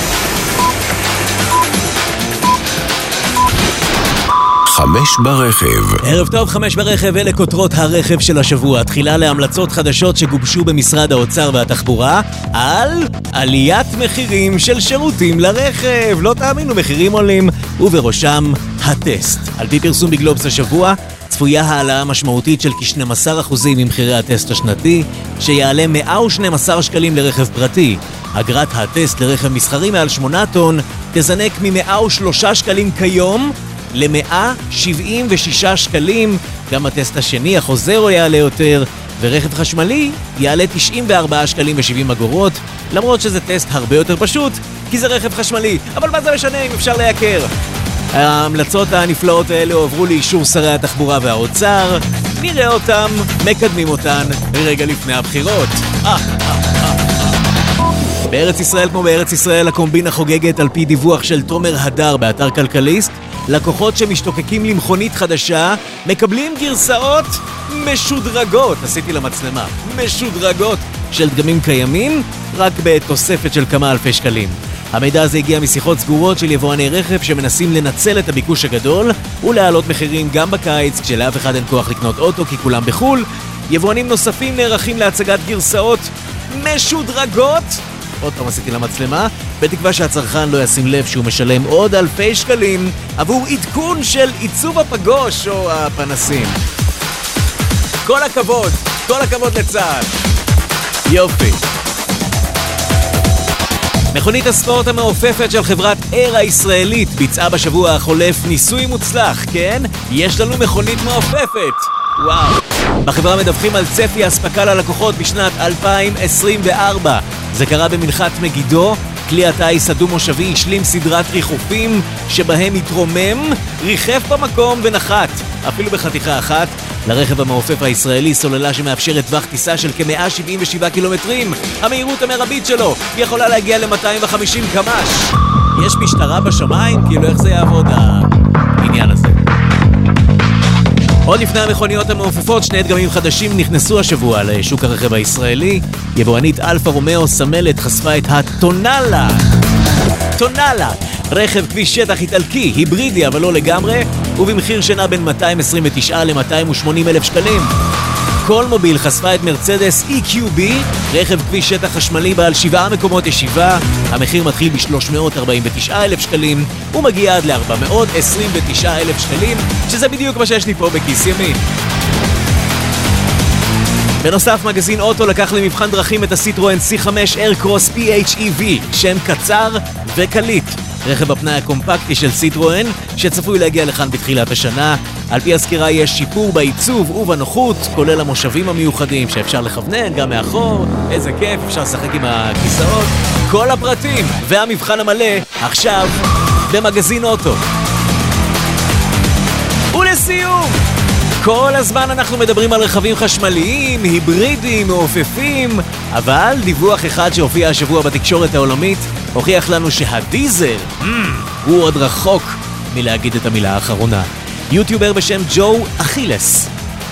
5 ברכב. ערב טוב, 5 ברכב, אלה כותרות הרכב של השבוע. תחילה להמלצות חדשות שגובשו במשרד האוצר והתחבורה על עליית מחירים של שירותים לרכב. לא תאמינו, מחירים עולים, ובראשם הטסט. על פי פרסום בגלובס השבוע, צפויה העלאה משמעותית של כ-12% ממחירי הטסט השנתי, שיעלה 112 שקלים לרכב פרטי. אגרת הטסט לרכב מסחרי מעל 8 טון תזנק מ-103 שקלים כיום ל-176 שקלים. גם הטסט השני, החוזר, יעלה יותר, ורכב חשמלי יעלה 94 שקלים ו-70 אגורות, למרות שזה טסט הרבה יותר פשוט, כי זה רכב חשמלי. אבל מה זה משנה אם אפשר לייקר? ההמלצות הנפלאות האלה עברו לאישור שרי התחבורה והאוצר, נראה אותם מקדמים אותן רגע לפני הבחירות. בארץ ישראל כמו בארץ ישראל, הקומבינה חוגגת. על פי דיווח של תומר הדר באתר כלכליסט, לקוחות שמשתוקקים למכונית חדשה מקבלים גרסאות משודרגות, עשיתי למצלמה, משודרגות של דגמים קיימים, רק בתוספת של כמה אלפי שקלים. המידע הזה הגיע משיחות סגורות של יבואני רכב שמנסים לנצל את הביקוש הגדול ולהעלות מחירים גם בקיץ, כשלאף אחד אין כוח לקנות אוטו כי כולם בחול. יבואנים נוספים נערכים להצגת גרסאות משודרגות, עוד פעם עשיתי למצלמה, בתקווה שהצרכן לא ישים לב שהוא משלם עוד אלפי שקלים עבור עדכון של עיצוב הפגוש או הפנסים. כל הכבוד, כל הכבוד לצה"ל. יופי. מכונית הספורט המעופפת של חברת אר הישראלית ביצעה בשבוע החולף ניסוי מוצלח, כן? יש לנו מכונית מעופפת. וואו. בחברה מדווחים על צפי הספקה ללקוחות בשנת 2024. זה קרה במנחת מגידו. כלי הטייס הדו-מושבי השלים סדרת ריחופים שבהם התרומם, ריחף במקום ונחת, אפילו בחתיכה אחת. לרכב המעופף הישראלי סוללה שמאפשרת טווח טיסה של כ-177 קילומטרים. המהירות המרבית שלו יכולה להגיע ל-250 קמ"ש. יש משטרה בשמיים? כאילו איך זה יעבוד העניין הזה? עוד לפני המכוניות המעופפות, שני דגמים חדשים נכנסו השבוע לשוק הרכב הישראלי. יבואנית אלפה רומאו סמלת חשפה את הטונאלה. טונאלה, רכב כביש שטח איטלקי, היברידי אבל לא לגמרי, ובמחיר שנע בין 229 ל-280 אלף שקלים. כל מוביל חשפה את מרצדס EQB, רכב כביש שטח חשמלי בעל 7 מקומות ישיבה. המחיר מתחיל ב-349 אלף שקלים ומגיע עד ל-429 אלף שקלים, שזה בדיוק מה שיש לי פה בכיס ימין. בנוסף, מגזין אוטו לקח למבחן דרכים את הסיטרואן C5 Aircross PHEV, שם קצר וקליט. רכב הפנאי הקומפקטי של סיטרואן שצפוי להגיע לכאן בתחילת השנה. על פי הסקירה יש שיפור בעיצוב ובנוחות, כולל המושבים המיוחדים שאפשר לכוונן גם מאחור. איזה כיף, אפשר לשחק עם הכיסאות. כל הפרטים והמבחן המלא עכשיו במגזין אוטו. ולסיום, כל הזמן אנחנו מדברים על רכבים חשמליים, היברידיים, מעופפים, אבל דיווח אחד שהופיע השבוע בתקשורת העולמית הוכיח לנו שהדיזל הוא עוד רחוק מלהגיד את המילה האחרונה. יוטיובר בשם ג'ו אכילס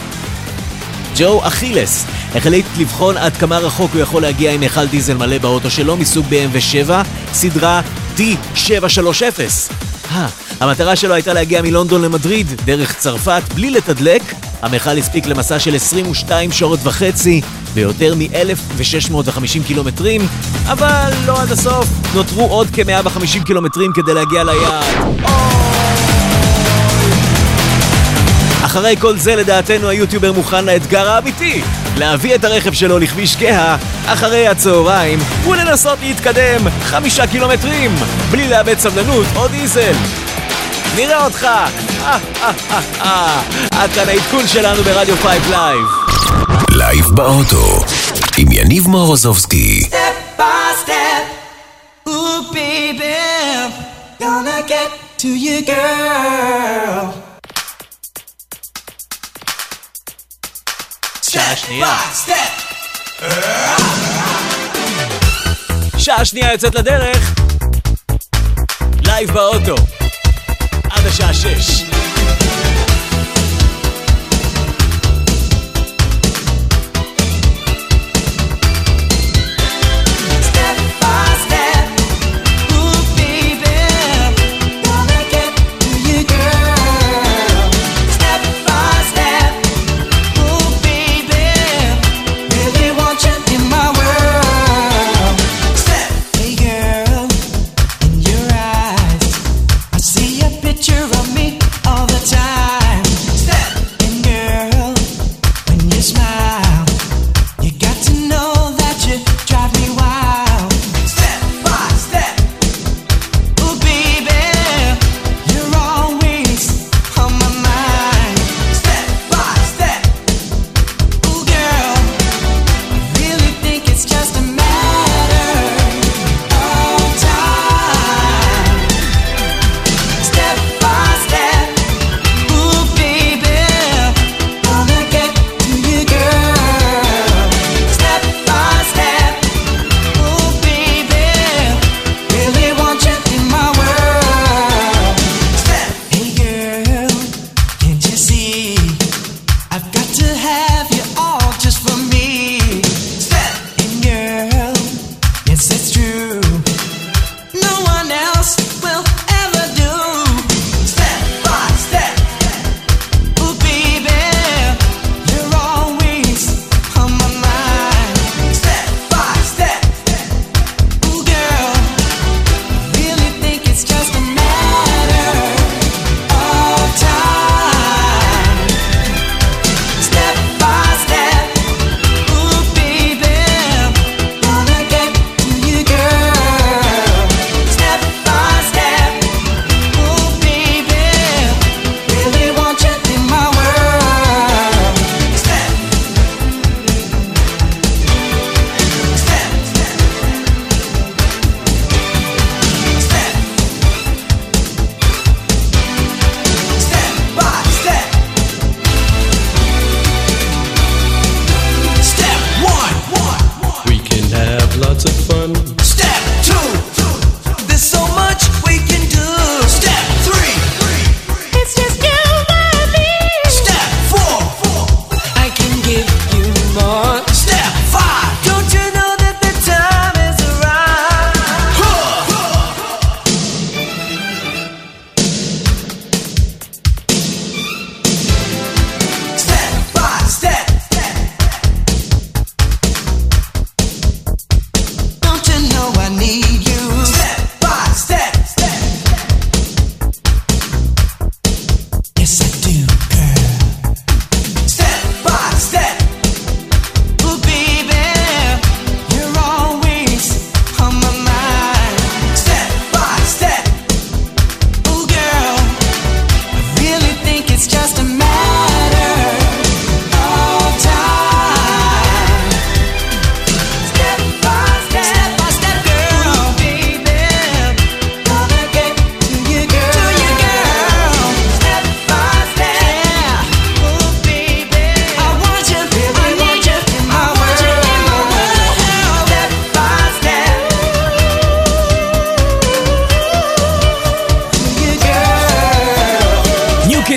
החליט לבחון עד כמה רחוק הוא יכול להגיע עם מיכל דיזל מלא באוטו שלו מסוג BMW7 סדרה D730. המטרה שלו הייתה להגיע מלונדון למדריד דרך צרפת בלי לתדלק. המכל הספיק למסע של 22 שעות וחצי ביותר מ-1,650 קילומטרים, אבל לא עד הסוף. נותרו עוד כ-150 קילומטרים כדי להגיע ליעד. אחרי כל זה, לדעתנו, היוטיובר מוכן לאתגר האמיתי, להביא את הרכב שלו לכביש קהה אחרי הצהריים ולנסות להתקדם 5 קילומטרים בלי לאבד סבלנות או דיזל. נראה אותך. עד כאן העדכון שלנו ברדיו 5 לייב. לייב באוטו עם יניב מורוזובסקי. Step by step, ooh baby, gonna get to you girl. שעה שנייה יוצאת לדרך. לייב באוטו עד השעה 6. Picture of me, of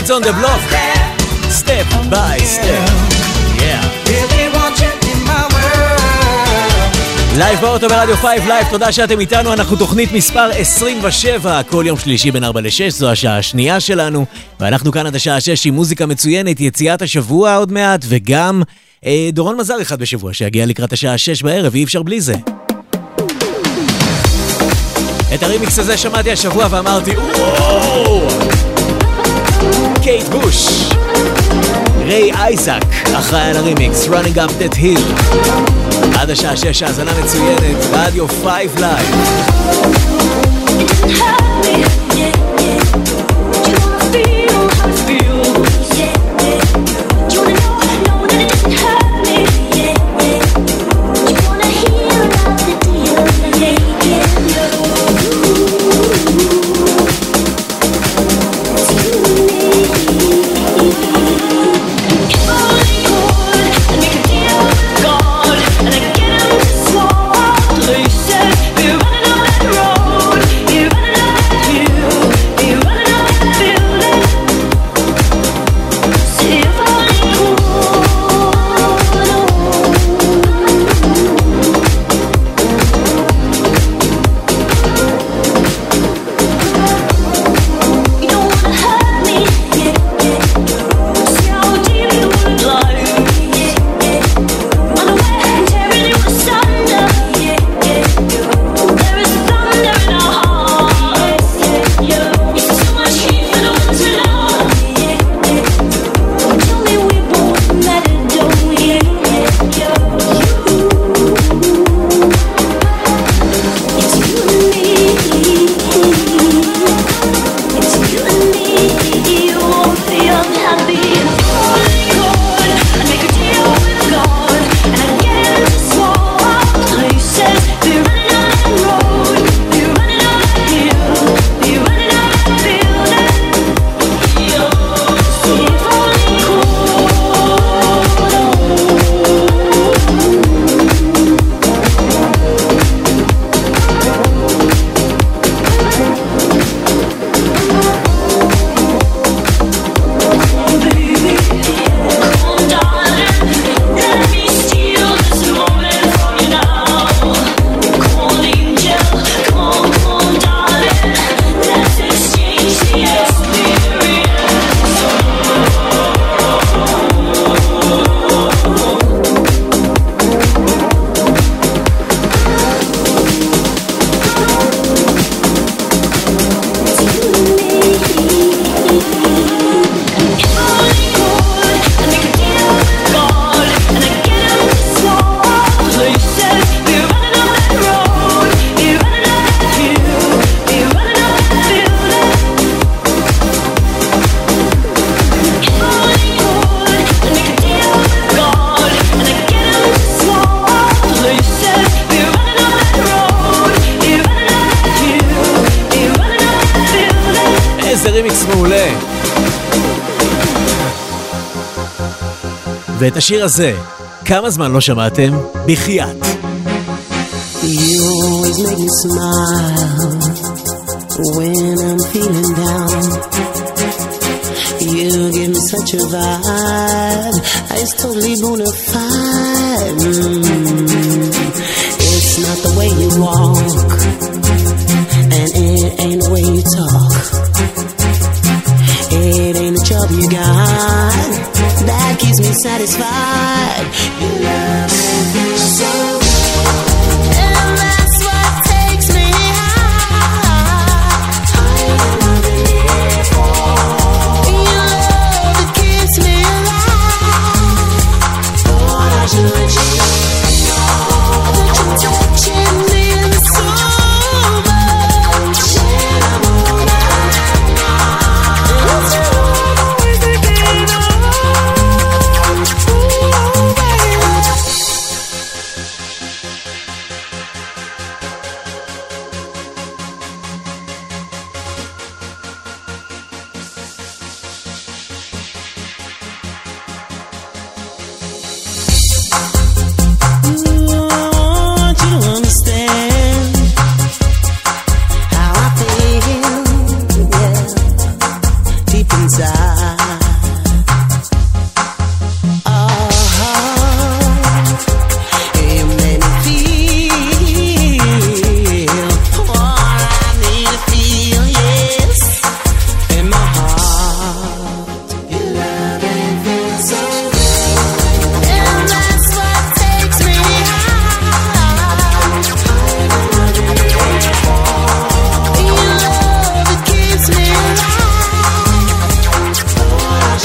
Kids on the Block, Step by Step. לייב באוטו ברדיו 5 לייב, תודה שאתם איתנו, אנחנו תוכנית מספר 27, כל יום שלישי בין 4 ל-6, זו השעה השנייה שלנו, ואנחנו כאן עד השעה 6 עם מוזיקה מצוינת, יציאת השבוע עוד מעט, וגם דורון מזר אחד בשבוע שיגיע לקראת השעה 6 בערב, אי אפשר בלי זה. את הרימיקס הזה שמעתי השבוע ואמרתי וואו! קייט בוש, ריי אייזק אחראי על הרימיקס, Running Up That Hill. עד השעה 6, האזנה מצוינת, רדיו 5 לייב. ואת השיר הזה, כמה זמן לא שמעתם? בחייאת. You always make me smile when I'm feeling down. You give me such a vibe, it's totally bona fide. It's not the way you walk, and it ain't the way you talk. It ain't the job you got that keeps me satisfied. You love me so, and that's what takes me high. Higher than I've been here for. Your love that keeps me alive. Thought I should let you know that you're touching me so much. When I'm all night, it's you always thinking of.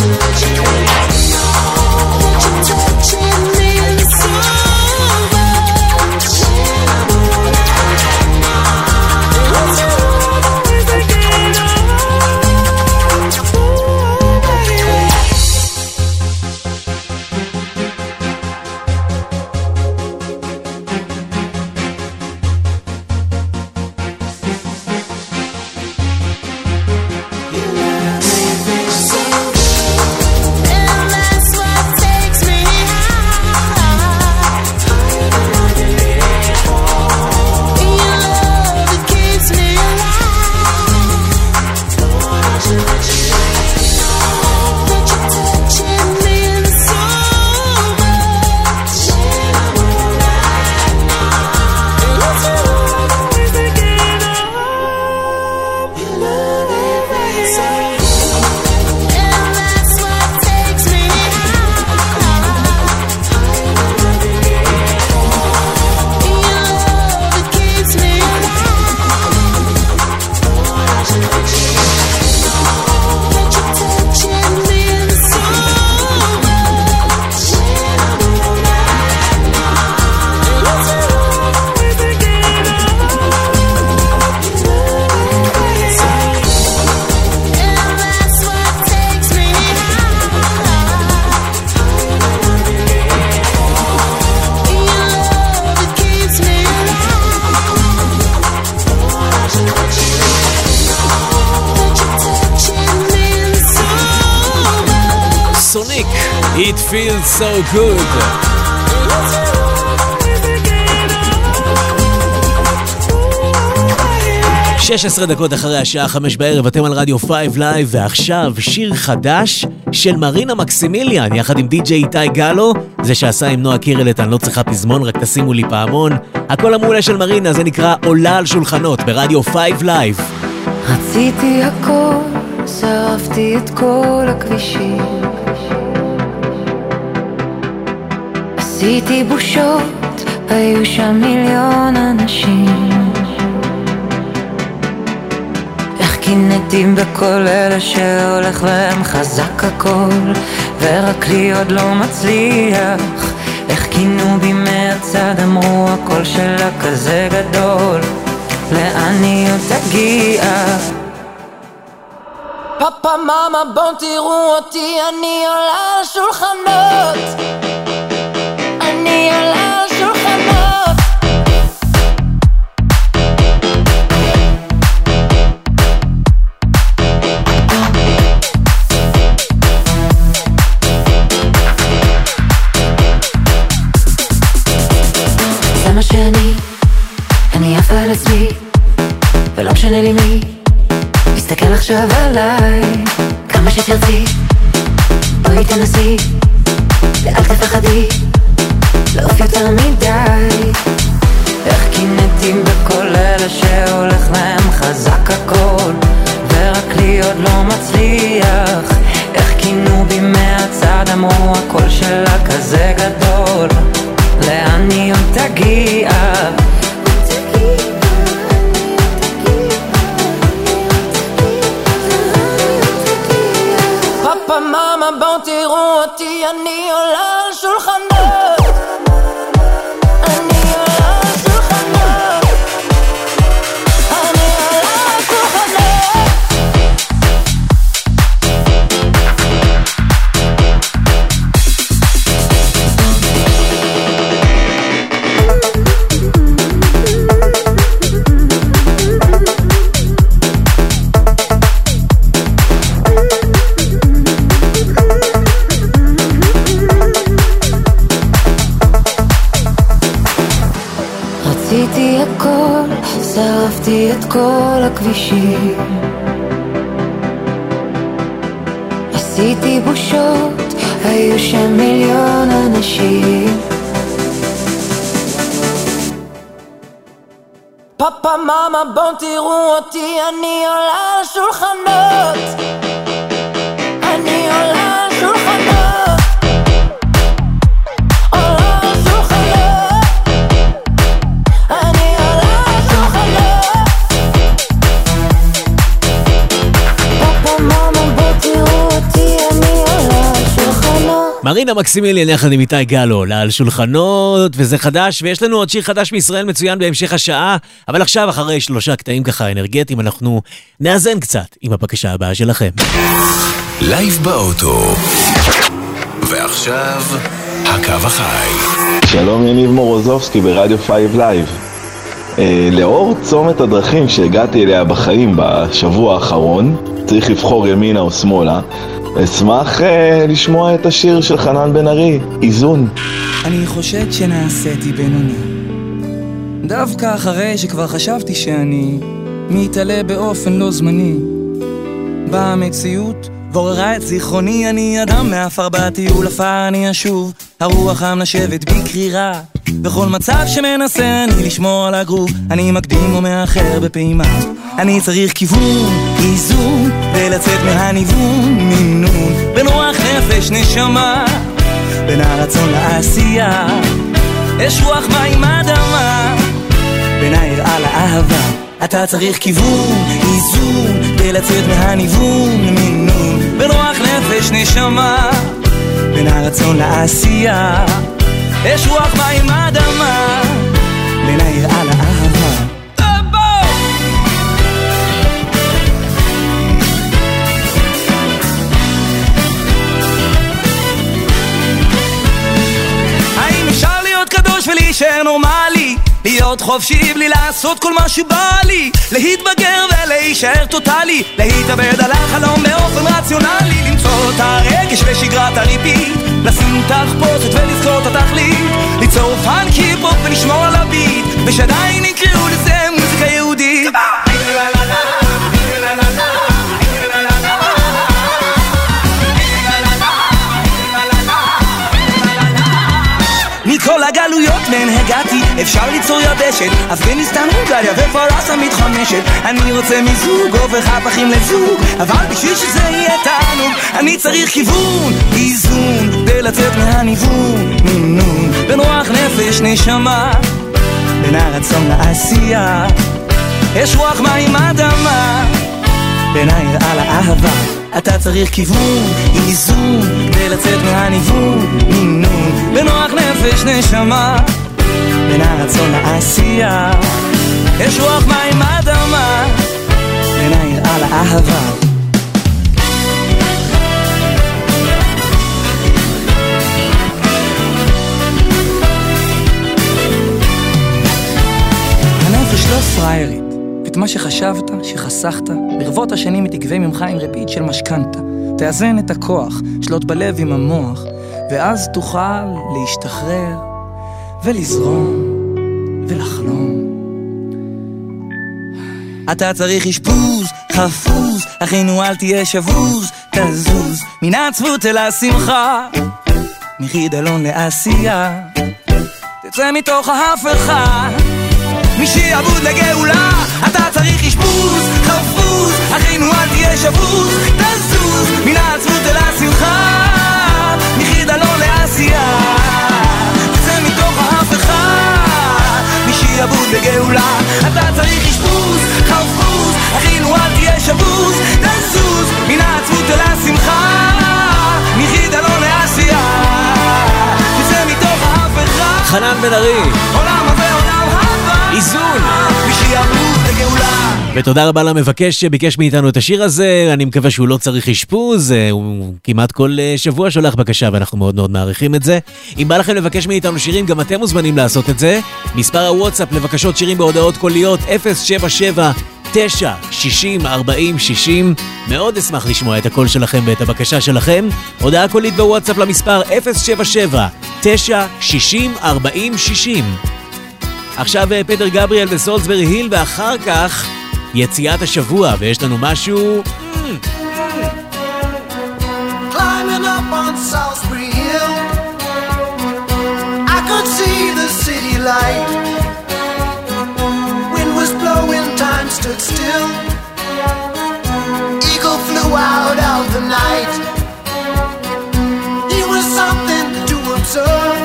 It feels so good. ,16 דקות אחרי השעה 5 בערב, אתם על רדיו 5 לייב, ועכשיו שיר חדש של מרינה מקסימיליאן יחד עם די.ג'יי איתי גלו, זה שעשה עם נועה קירלט, אני לא צריכה פזמון, רק תשימו לי פעמון. הכל המעולה של מרינה, זה נקרא עולה על שולחנות ברדיו 5 לייב. רציתי הכל, שרפתי את כל הכבישים, עשיתי בושות, היו שם מיליון אנשים, איך קינאתי בכל אלה שהולך והם חזק הכל, ורק לי עוד לא מצליח, איך קינו בי מהצד, אמרו הקול שלה כזה גדול, לאן היא עוד תגיע? פאפה מאמה בואו תראו אותי, אני עולה על שולחנות, אני עולה על שולחנות, זה מה אני עפה על עצמי, ולא משנה לי מי תסתכל עכשיו עליי, כמה שתרצי בואי תנסי, ואל תפחדי לעוף יותר מדי, איך קינאתי בכל אלה שהולך להם חזק הכל, ורק לי עוד לא מצליח, איך קינו בי מהצד, אמרו הקול שלה כזה גדול, לאן היא עוד תגיע? פאפה מאמה בואו תראו אותי, אני עולה על שולחנות, אני עולה על שולחנות, אני עולה על שולחנות. עשיתי הכל, שרפתי את כל הכבישים, עשיתי בושות, היו שם מיליון אנשים, פאפה מאמה בואו תראו אותי, אני עולה על שולחנות, אני עולה על שולחנות, עולה על שולחנות, אני עולה על שולחנות, פאפה מאמה בואו תראו אותי, אני עולה מרינה מקסימיליאן יחד עם איתי גלו עולה על שולחנות, וזה חדש, ויש לנו עוד שיר חדש מישראל מצוין בהמשך השעה, אבל עכשיו אחרי 3 קטעים ככה אנרגטיים אנחנו נאזן קצת עם הבקשה הבאה שלכם. לייב באוטו. ועכשיו הקו החי. שלום, יניב מורוזובסקי ברדיו 5 לייב. לאור צומת הדרכים שהגעתי אליה בחיים בשבוע האחרון, צריך לבחור ימינה או שמאלה. אשמח לשמוע את השיר של חנן בן ארי, איזון. אני חושד שנעשיתי בינוני, דווקא אחרי שכבר חשבתי שאני מתעלה באופן לא זמני. באה המציאות ועוררה את זיכרוני, אני אדם מאפר בטיול עפר, אני אשוב הרוח המנשבת בקרירה. בכל מצב שמנסה אני לשמור על הגרוב, אני מקדים או מאחר בפעימה. אני צריך כיוון, איזון, ולצאת מהניוון, מינון בין רוח נפש נשמה, בין הרצון לעשייה. יש רוח מים אדמה, בין היראה לאהבה. אתה צריך כיוון, איזון, ולצאת מהניוון, מינון בין רוח נפש נשמה, בין הרצון לעשייה. יש רוח מים אדמה, בין היראה לאהבה. האם אפשר להיות קדוש ולהישאר נורמלי? להיות חופשי בלי לעשות כל מה שבא לי, להתבגר ולהישאר טוטלי, להתאבד על החלום באופן רציונלי, למצוא את הרגש ושגרת הריבית, לשים תחפושת ולזכור את התכלית, ליצור פאנקי פופ ולשמור על הביט, ושעדיין יקראו לזה מוזיקה יהודית. מכל הגלויות מהן הגעתי, אפשר ליצור יבשת, אפגניסטן, הונגריה ופרסה מתחמשת. אני רוצה מיזוג, הופך הפכים לזוג, אבל בשביל שזה יהיה תענוג אני צריך כיוון, איזון, ולצאת מהניוון, מינון בין רוח נפש נשמה, בין הרצון לעשייה. יש רוח מים אדמה, בין היראה לאהבה. אתה צריך כיוון, איזון, ולצאת מהניוון, מינון בין רוח נפש נשמה, בין הרצון לעשייה. יש רוח מים אדמה, בין היראה לאהבה. הנפש לא פריירית, את מה שחשבת, שחסכת, ברבות השנים היא תגבה ממך עם ריבית של משכנתה. תאזן את הכוח, שלוט בלב עם המוח, ואז תוכל להשתחרר ולזרום ולחלום. אתה צריך אשפוז, חפוז, אחינו אל תהיה שבוז, תזוז מן העצבות אל השמחה, מחידלון לעשייה, תצא מתוך ההפכה, משעבוד לגאולה. אתה צריך אשפוז, חפוז, אחינו אל תהיה שבוז, תזוז מן העצבות אל השמחה, מחידלון לעשייה, תצא מתוך ההפכה, משעבוד לגאולה. אתה צריך אשפוז, חפוז, אחינו אל תהיה שבוז, תזוז מן העצבות אל השמחה, מחידלון לעשייה, תצא מתוך ההפכה. חנן בן ארי, עולם הזה עולם הבא, איזון, משעבוד לגאולה. ותודה רבה למבקש שביקש מאיתנו את השיר הזה. אני מקווה שהוא לא צריך אשפוז, הוא כמעט כל שבוע שולח בקשה ואנחנו מאוד מאוד מעריכים את זה. אם בא לכם לבקש מאיתנו שירים, גם אתם מוזמנים לעשות את זה. מספר הוואטסאפ לבקשות שירים בהודעות קוליות 077-960-4060. מאוד אשמח לשמוע את הקול שלכם ואת הבקשה שלכם. הודעה קולית בוואטסאפ למספר 077-960-4060. עכשיו פטר גבריאל וסולסברי היל, ואחר כך יציאת השבוע, ויש לנו משהו Climbing up on Salisbury Hill, I could see the city light. Wind was blowing, time stood still. Eagle flew out of the night. It was something to observe.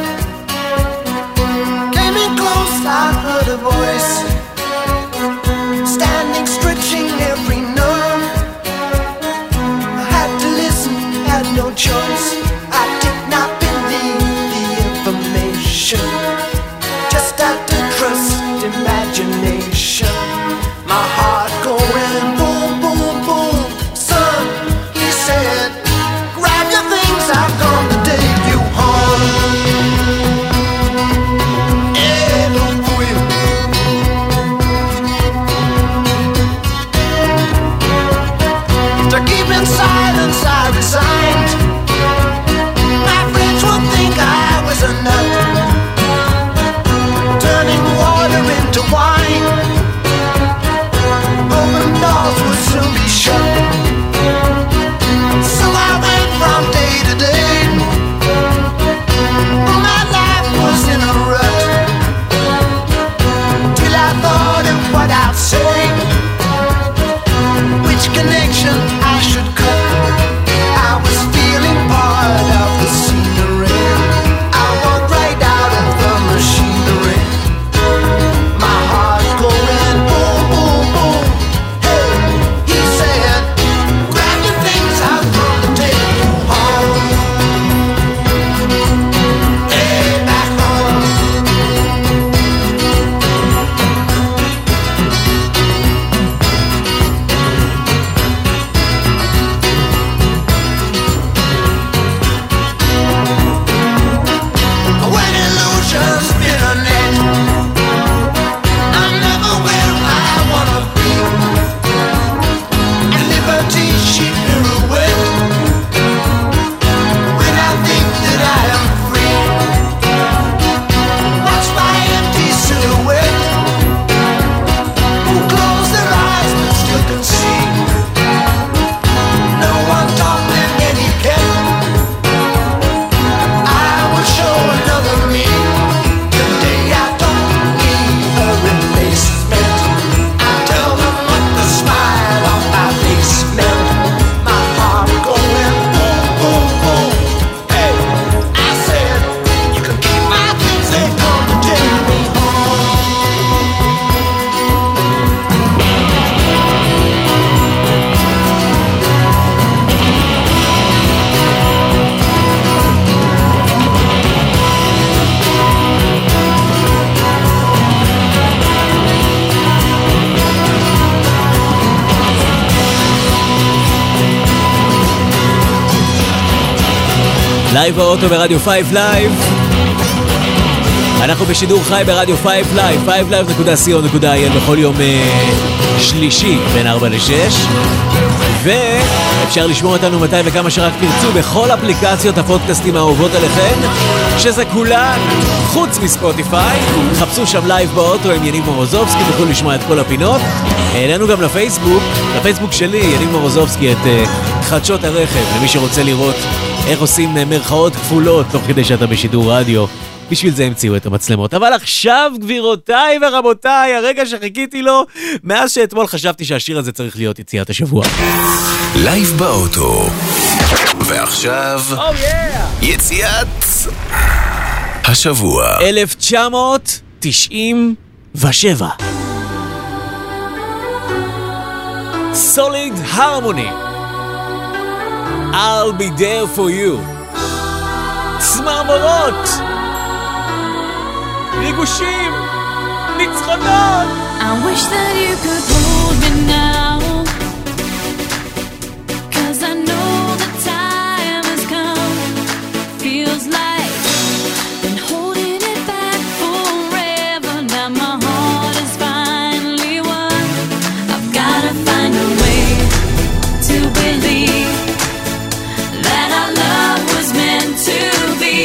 Came in close, I heard a voice, standing, stretching every nerve. I had to listen, had no choice. I did not לייב באוטו ברדיו 5 לייב. אנחנו בשידור חי ברדיו 5 לייב, 5live.co.il בכל יום שלישי בין 4 ל-6. ואפשר לשמוע אותנו מתי וכמה שרק תרצו בכל אפליקציות הפודקאסטים האהובות עליכם, שזה כולן חוץ מספוטיפיי. חפשו שם לייב באוטו עם יניב מורוזובסקי, תוכלו לשמוע את כל הפינות. העלינו גם לפייסבוק שלי, יניב מורוזובסקי, את חדשות הרכב, למי שרוצה לראות איך עושים מרכאות כפולות תוך כדי שאתה בשידור רדיו. בשביל זה המציאו את המצלמות. אבל עכשיו, גבירותיי ורבותיי, הרגע שחיכיתי לו, מאז שאתמול חשבתי שהשיר הזה צריך להיות יציאת השבוע. לייב באוטו. ועכשיו, יציאת השבוע. 1997. Solid Harmony. I'll be there for you. צמרמורות. ריגושים, ניצחונות. I wish that you could hold me now, 'cause I know the time has come. Feels like been holding it back forever. Now my heart is finally won. I've gotta find a way to believe that our love was meant to be.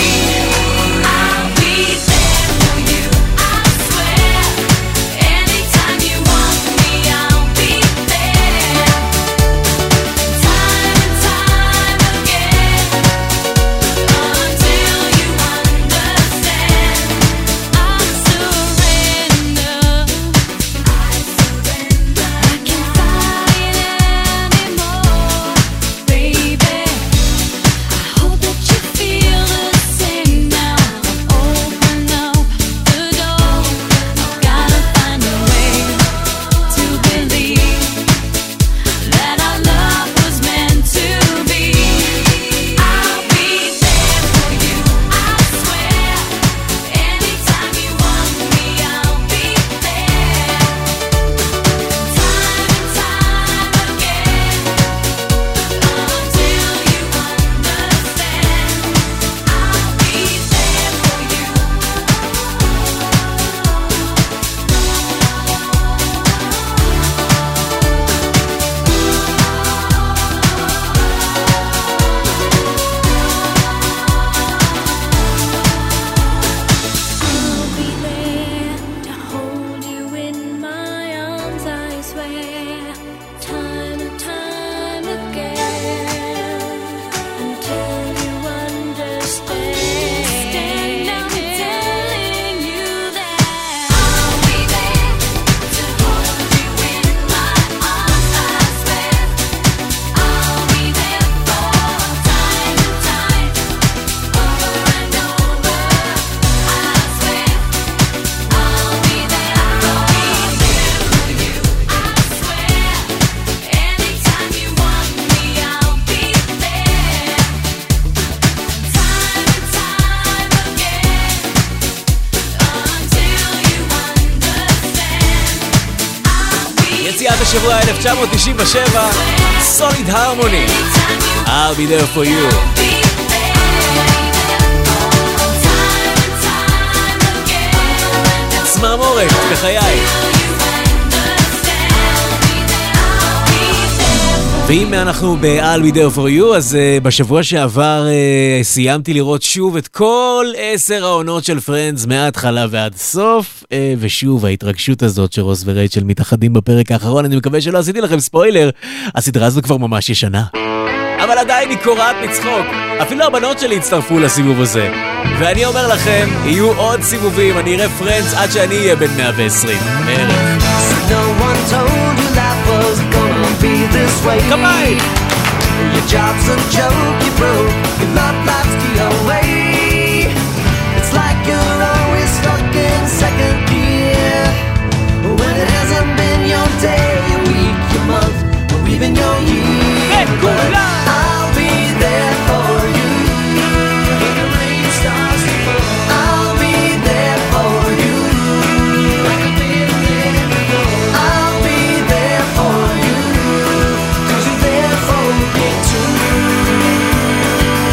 השבוע 1997, Solid Harmony, I'll be there for you. צמרמורת בחיי. ואם אנחנו ב-I'll be there for you, אז בשבוע שעבר סיימתי לראות שוב את כל 10 העונות של פרנדס מההתחלה ועד סוף, ושוב ההתרגשות הזאת שרוס ורייצ'ל מתאחדים בפרק האחרון. אני מקווה שלא עשיתי לכם ספוילר, הסדרה הזו כבר ממש ישנה, אבל עדיין היא קורעת מצחוק. אפילו הבנות שלי הצטרפו לסיבוב הזה, ואני אומר לכם, יהיו עוד סיבובים. אני אראה פרנדס עד שאני אהיה בן 120 בערך. Come on! Your job's a joke, you broke. Your love life's the away. It's like you're always stuck in second gear, when it hasn't been your day, your week, your month, or even your year. But I'll be there for you when the rain starts to fall. I'll be there for you like I've been there before. I'll be there for you, 'cause you're there for me too.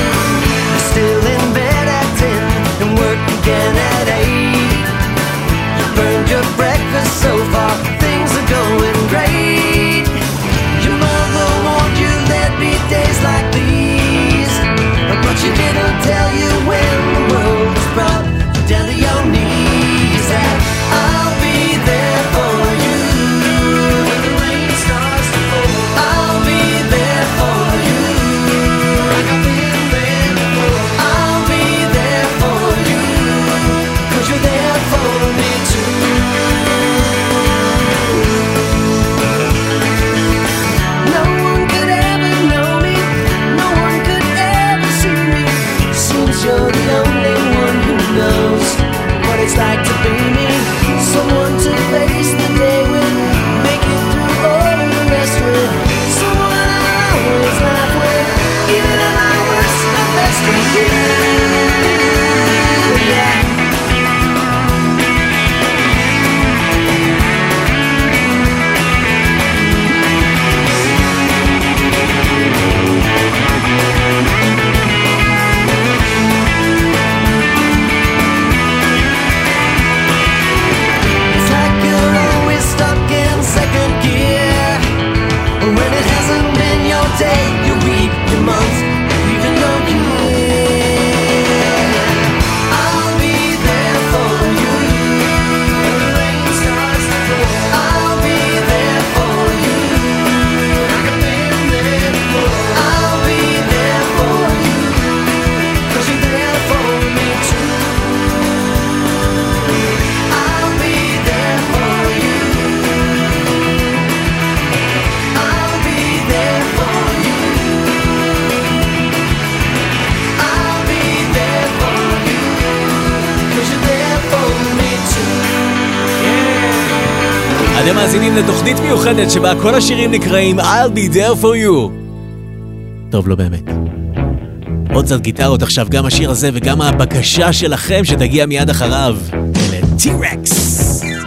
אתם מאזינים לתוכנית מיוחדת שבה כל השירים נקראים I'll be there for you. טוב, לא באמת. עוד קצת גיטרות עכשיו, גם השיר הזה וגם הבקשה שלכם שתגיע מיד אחריו. אלה T-Rex.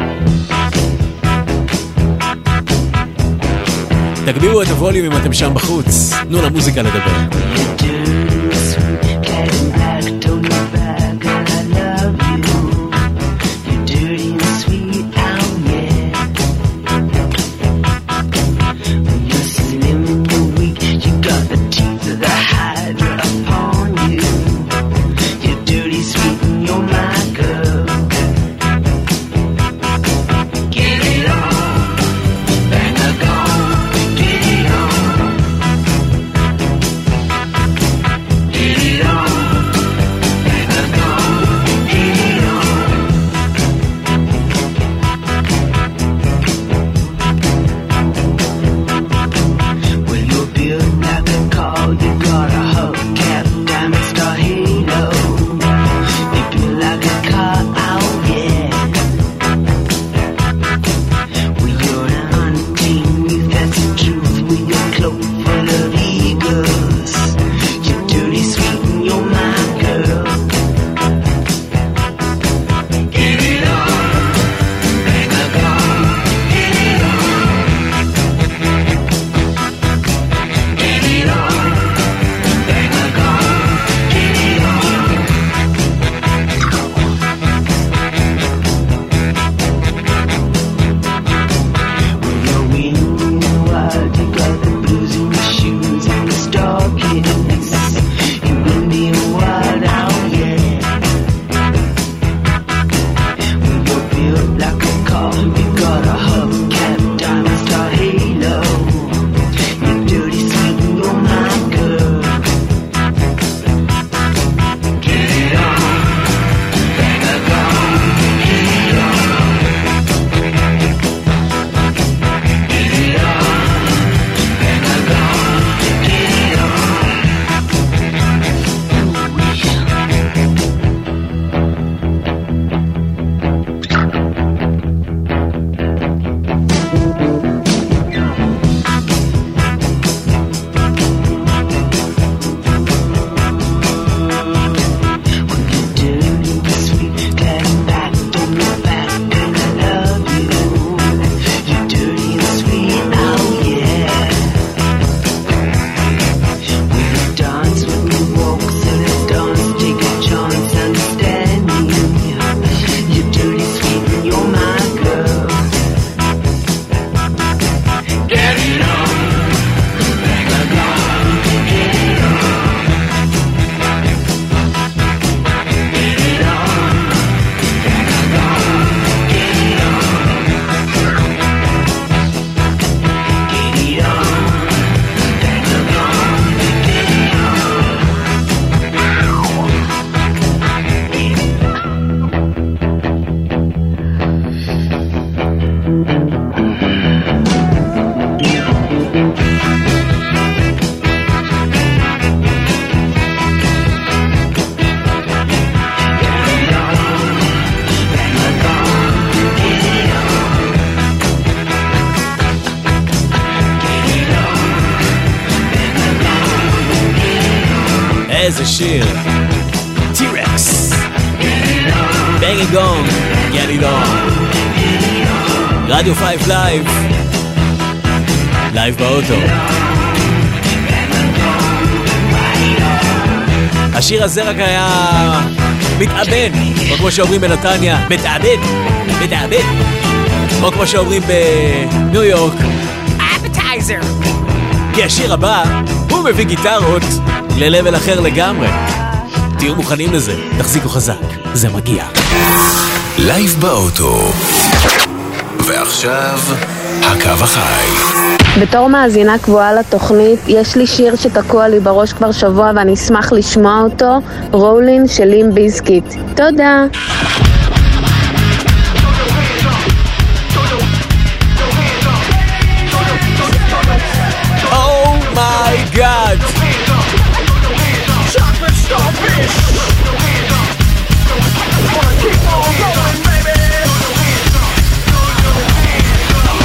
תגבירו את הווליום אם אתם שם בחוץ. תנו למוזיקה לדבר. איזה שיר. T-Rex. Bang it gone, get it on. רדיו 5 לייב. לייב באוטו. השיר הזה רק היה מתאבד, או כמו שאומרים בנתניה, מתאבד, מתאבד. או כמו שאומרים בניו יורק, appetizer. כי השיר הבא, הוא מביא גיטרות ללבל אחר לגמרי. תהיו מוכנים לזה, תחזיקו חזק, זה מגיע. לייב באוטו. ועכשיו, הקו החי. בתור מאזינה קבועה לתוכנית, יש לי שיר שתקוע לי בראש כבר שבוע ואני אשמח לשמוע אותו, רולין של לים ביזקיט. תודה. God. Chocolate starfish. Wanna keep on going, baby.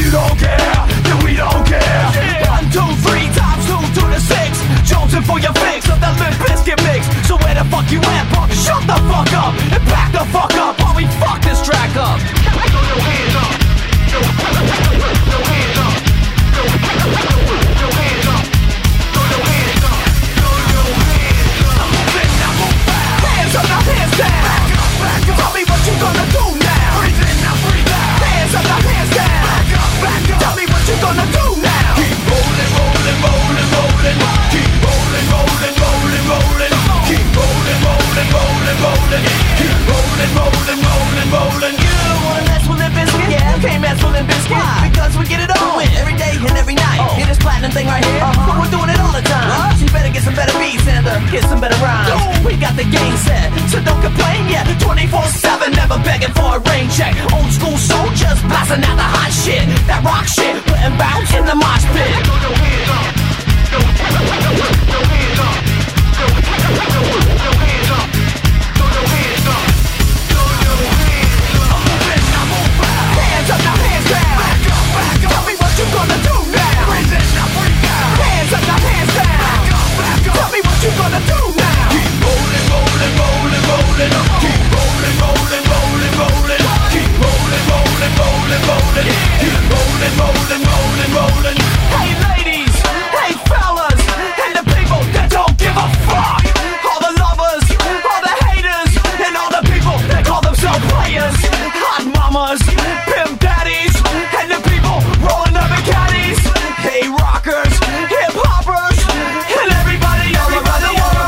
you don't care, then we don't care. 1, 2, 3 times 2 to the 6. Jonesing for your fix of that Limp Bizkit mix. So where the fuck you at, punk? Shut the fuck up and back the fuck up while we fuck this track up. Throw your hands up. Throw your hands up. Throw your hands up. Throw your hands up. Throw your hands up. I'm moving, now move fast. Hands up, now hands down. Back up, back up. Tell me what you gonna do now. Breathe in, now breathe out. Hands up, now hands down. Back up, back up. Tell me what you gonna do now. Keep rolling, rolling, rolling, rolling. Keep rolling, rolling, rolling, rolling. Keep rolling, rolling, rolling, rolling. Keep rolling, rolling, rolling, rolling. You wanna mess with Limp Bizkit? Yeah, can't mess with Limp Bizkit. Why? Because we get it on every day and every night. Hear this platinum thing right here? But we're doing it all the time. So you better get some better beats and get some better rhymes. We got the game set, so don't complain. Yeah, 24/7, never begging for a rain check. Old school soldiers blasting out the hot shit, that rock shit, putting bounce in the mosh pit. Throw your hands up. Throw your hands up. Throw your hands up. Throw your hands up. Throw your hands up. I'm moving, now move fast. Hands up, now hands down. Back up, back up. Tell me what you gonna do now. Breathe in, now breathe out. Hands up, now hands down. Back up, back up. Tell me what you gonna do now. Keep rolling, rolling, rolling, rolling. Keep rolling, rolling, rolling, rolling. Keep rolling, rolling, rolling, rolling. Keep rolling, rolling, rolling, rolling. Hey ladies, hey fellas, and the people that don't give a fuck. All the lovers, all the haters, and all the people that call themselves players. Hot mamas, pimp daddies, and the people rolling up in caddies. Hey rockers, hip hoppers, and everybody all around the world.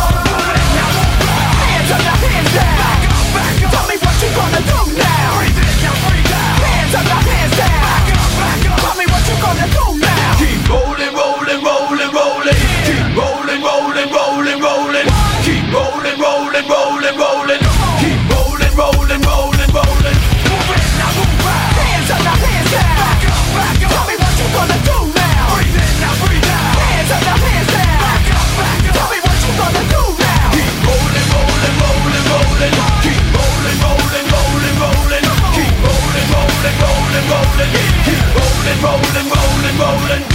Hands up, now hands down. Back up, back up. Tell me what you gonna do now. Breathe in, now breathe out. Hands up, now hands down. Back up, back up. Tell me what you gonna do now. Keep rolling, rolling, rolling, rolling. Keep rolling, rolling, rolling, rolling. Keep rolling, rolling, rolling, rolling. Keep rolling, rolling, rolling, rolling. Move in, now move out. Hands up, now hands down. Back up, back up. Tell me what you gonna do now. Breathe in, now breathe out. Hands up, now hands down. Back up, back up. Tell me what you gonna do now. Keep rolling, rolling, rolling, rolling. Keep rolling, rolling, rolling, rolling. Keep rolling, rolling, rolling, rolling. Keep rolling, rolling, rolling, rolling.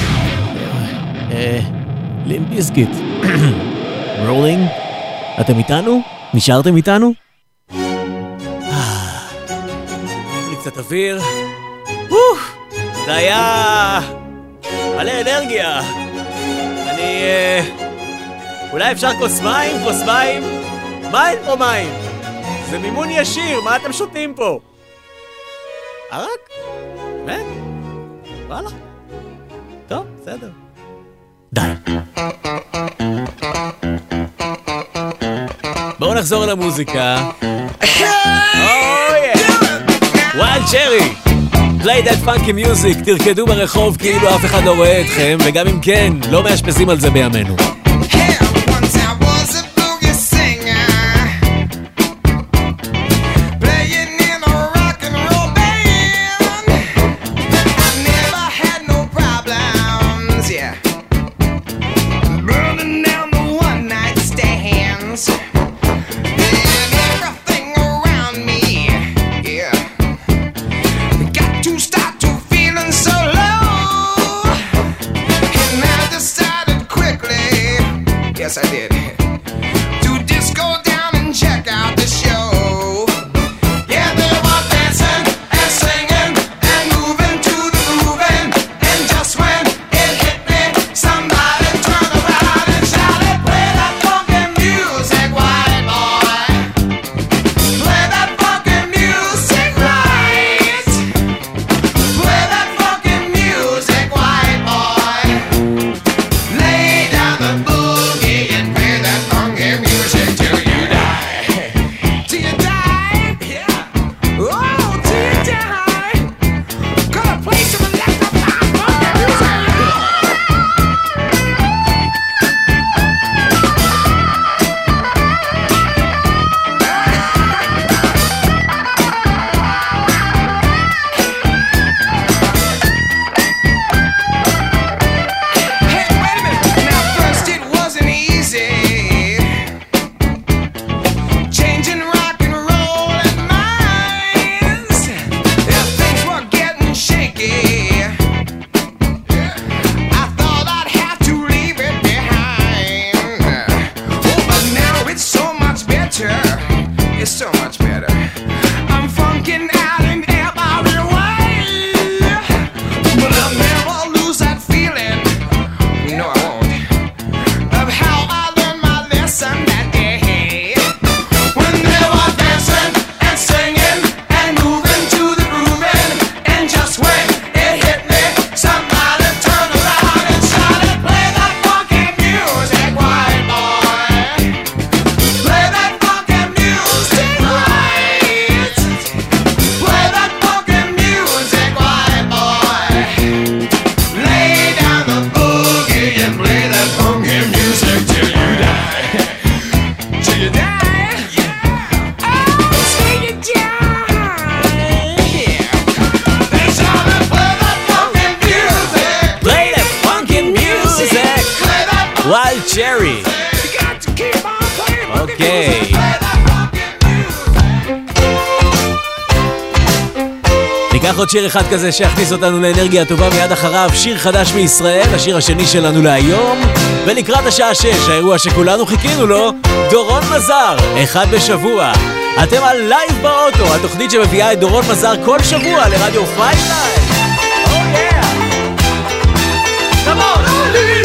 לימפ ביזקיט. רולינג? אתם איתנו? נשארתם איתנו? לי קצת אוויר. זה היה מלא אנרגיה. אני... אולי אפשר כוס מים? כוס מים? מים או מים? זה מימון ישיר, מה אתם שותים פה? ערק? באמת? וואלה. טוב, בסדר. די. בואו נחזור על המוזיקה. ווילד צ'רי, play that funky music, תרקדו ברחוב כאילו אף אחד לא רואה אתכם, וגם אם כן, לא מאשפזים על זה בימינו. Decided quickly It's so much better. I'm funking out in every way, but I'll never lose that feeling. No, I won't. Of how I learned my lesson that day. When they were dancing and singing and moving to the grooving, and just when it hit me, somebody turned around and shouted, "Play that funky music, white boy. Play that funky music, right. Play that funky music, white boy. Lay down the boogie and play that funky music till you die. Till you die. Oh, till you die. Yeah. They shouted, play that funky music. Play that funky music. Play that Wild Cherry. You got to keep on playing. אוקיי. ניקח עוד שיר אחד כזה שיכניס אותנו לאנרגיה טובה. מיד אחריו שיר חדש מישראל, השיר השני שלנו להיום, ולקראת השעה 6, האירוע שכולנו חיכינו לו, דורון מזר, אחד בשבוע. אתם על לייב באוטו, התוכנית שמביאה את דורון מזר כל שבוע לרדיו פייב לייב. Come on, Ali.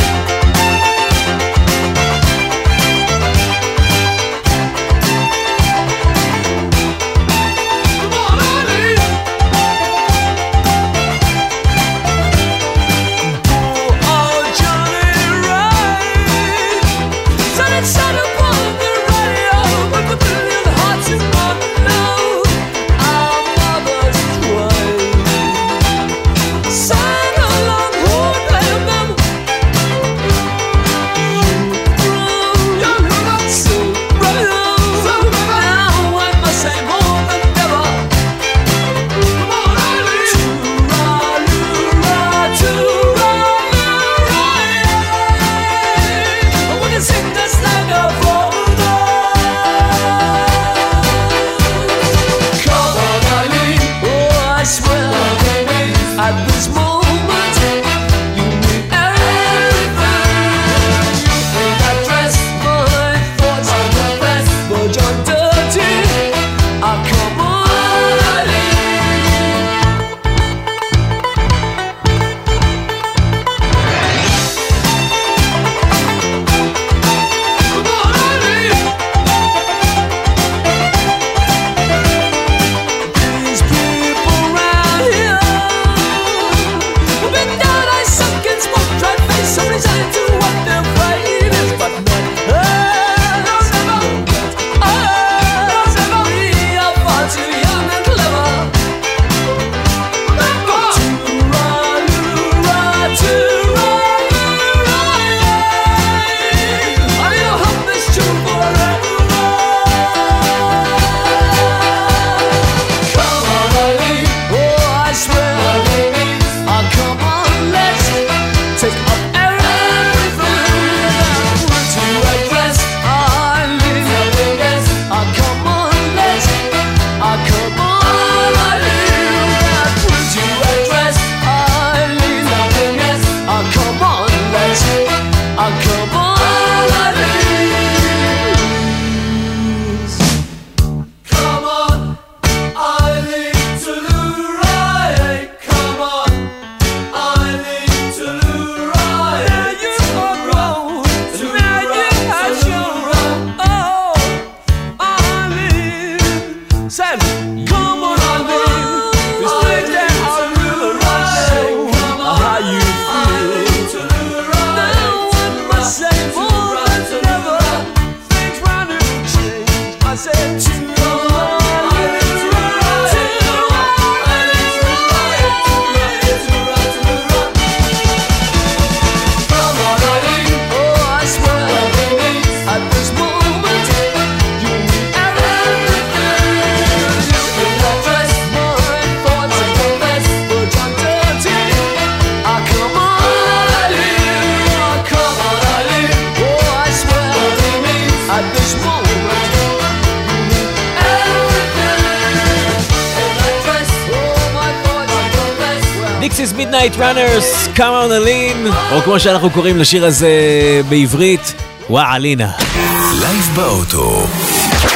Dixie's Midnight Runners, Come on Aline, או כמו שאנחנו קוראים לשיר הזה בעברית, וואה אלינה. לייב באוטו,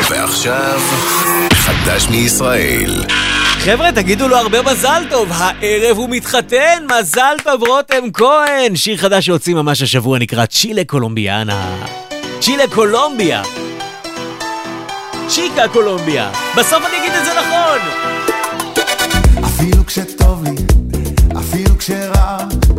ועכשיו, חדש מישראל. חבר'ה, תגידו לו הרבה מזל טוב, הערב הוא מתחתן, מזל טוב רותם כהן. שיר חדש שיוצאים ממש השבוע נקרא צ'ילה קולומביאנה. צ'ילה קולומביה. צ'יקה קולומביה. בסוף אני אגיד את זה נכון. אפילו כשטוב לי, אפילו כשרע,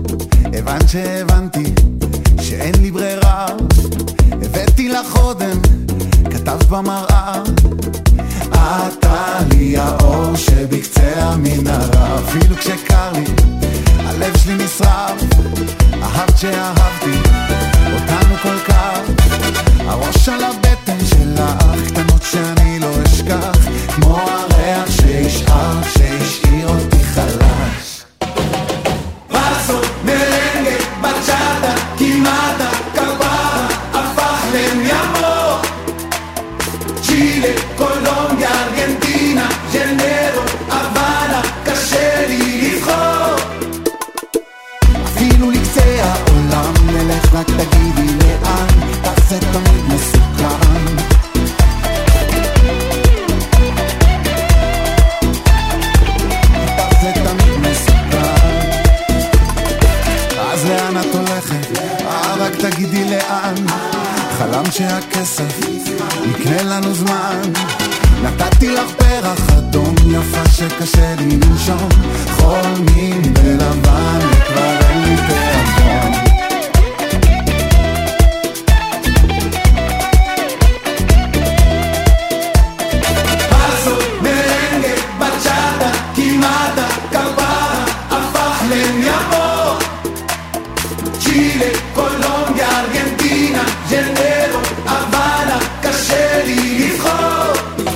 הבנתי שאין לי ברירה. הבאתי לך קודם, כתבת במראה, אתה לי האור שבקצה המנהרה. אפילו כשקר לי, הלב שלי נשרף, אהבת שאהבתי אותנו כל כך. הראש על הבטן שלך, קטנות שאני לא אשכח, כמו הריח שהשאיר אותי חלש. פאסו, מרנגה, בצ'אטה, קימאטה, קרברה, הפך למיאמור. צ'ילה, קולומביה, ארגנטינה, ג'נרו, הוואנה, קשה לי לבחור. אפילו לקצה העולם נלך, רק תגידי לאן, זה תמיד מסוכן. זה תמיד מסוכן. אז לאן את הולכת? רק תגידי לאן. חלם שהכסף יקנה לנו זמן. נתתי לך פרח אדום יפה שקשה לי לנשום. חולמים בלבן וכבר אין לי תיאבון. Chile, Colombia, Argentina, Gennero, Havana, קשה לי לבחור.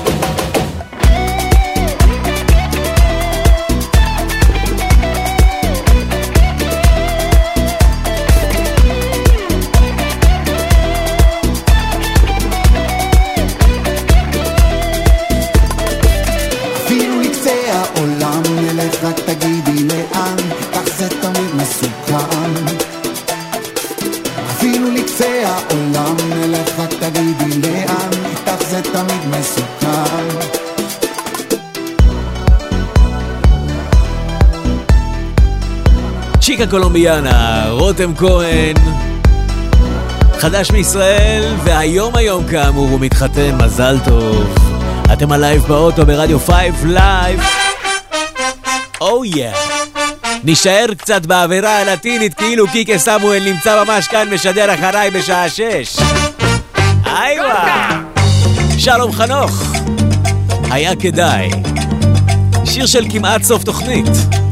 אפילו לקצה העולם נלך, רק תגידי לאן, כך זה תמיד מסוכן. אפילו לקצה העולם נלך, רק תגידי לאן, איתך זה תמיד מסוכן. צ'יקה קולומביאנה, רותם כהן, חדש מישראל, והיום כאמור הוא מתחתן, מזל טוב. אתם הלייב באוטו ברדיו 5 לייב. או יא. נשאר קצת באווירה הלטינית, כאילו קיקה סמואל נמצא ממש כאן משדר אחריי בשעה 6. איווה. שלום חנוך. היה כדאי. שיר של כמעט סוף תוכנית.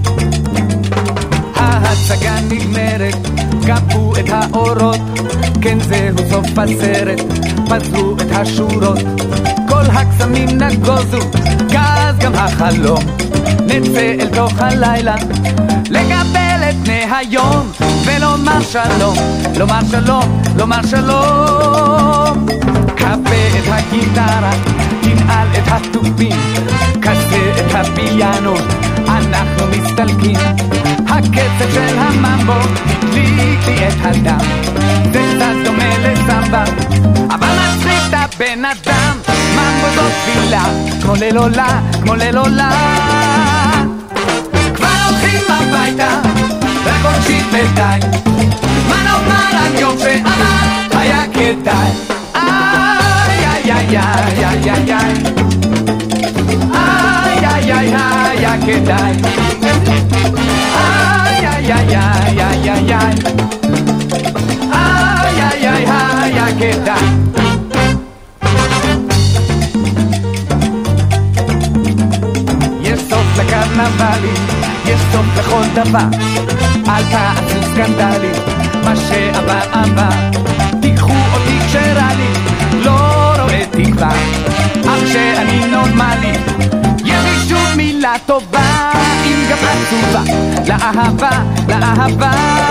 ההצגה נגמרת, כפו את האורות, כן זהו סוף הסרט, פזרו את השורות, כל הקסמים נגוזו, גז גם החלום, נצא אל תוך הלילה, לגבל את פני היום, ולומר שלום, לומר שלום, לומר שלום. כפה את הגיטרה, תנעל את התופים, כסה את הפיאנו, אנחנו מסתלקים. הקצב של הממבו הדליק לי את הדם, זה קצת דומה לסמבה, אבל מצחיק את הבן אדם. ממבו זאת תפילה, כמו ללולה, כמו ללולה. כבר הולכים הביתה, וקודשית ודי, מה נאמר על יום שעבר היה כדאי. איי איי איי איי איי איי איי איי היה כדאי. איי איי איי איי איי איי איי איי היה כדאי. יש סוף לקרנבלי, יש סוף לכל דבר, אל תעשו סקנדלי, מה שעבר עבר. תיקחו אותי כשרע לי, לא רואה תקווה, אך שאני נורמלי, יש לי שוב מילה טובה, עם גם עצובה, לאהבה, לאהבה.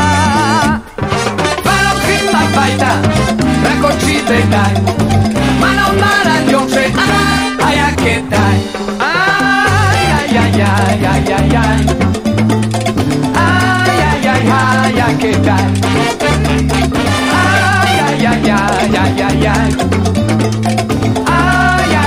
ולוקחים הביתה, רק עוד שידעי, מה נאמר על יום שעבר היה כדאי. איי איי איי איי איי איי איי היה כדאי. איי איי איי איי איי איי איי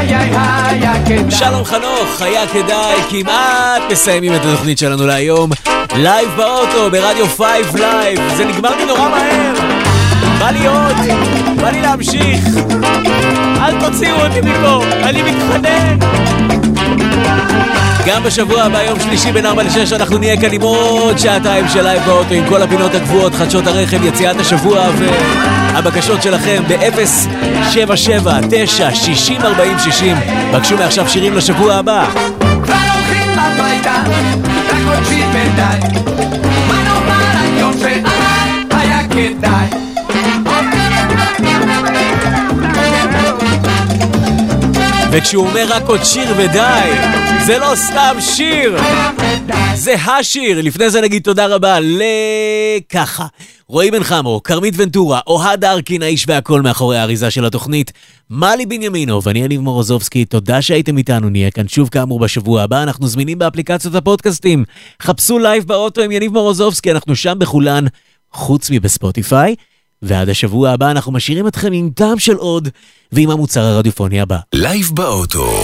שלום חנוך, היה כדאי, כמעט מסיימים את התוכנית שלנו להיום. לייב באוטו ברדיו 5 לייב, זה נגמר לי נורא מהר. בא לי עוד, בא לי להמשיך. אל תוציאו אותי מפה, אני מתחנן. גם בשבוע הבא, יום שלישי בין 4 ל-6, אנחנו נהיה כאן עם עוד שעתיים של לייב באוטו, עם כל הפינות הקבועות, חדשות הרכב, יציאת השבוע והבקשות שלכם ב-077-960-4060. בקשו מעכשיו שירים לשבוע הבא. כבר הולכים הביתה, רק עוד שיר ודי. מה נאמר היום שהיה כדאי? וכשהוא אומר רק עוד שיר ודי, זה לא סתם שיר, זה השיר. לפני זה נגיד תודה רבה לככה רועי בן חמו, קרמית ונטורה, אוהד ארקין, האיש והכל מאחורי האריזה של התוכנית, מלי בנימינו ואני יניב מורוזובסקי. תודה שהייתם איתנו, נהיה כאן שוב כאמור בשבוע הבא. אנחנו זמינים באפליקציות הפודקאסטים, חפשו לייב באוטו עם יניב מורוזובסקי, אנחנו שם בכולן חוץ מבספוטיפיי. ועד השבוע הבא אנחנו משאירים אתכם עם טעם של עוד ועם המוצר הרדיופוני הבא. לייב באוטו.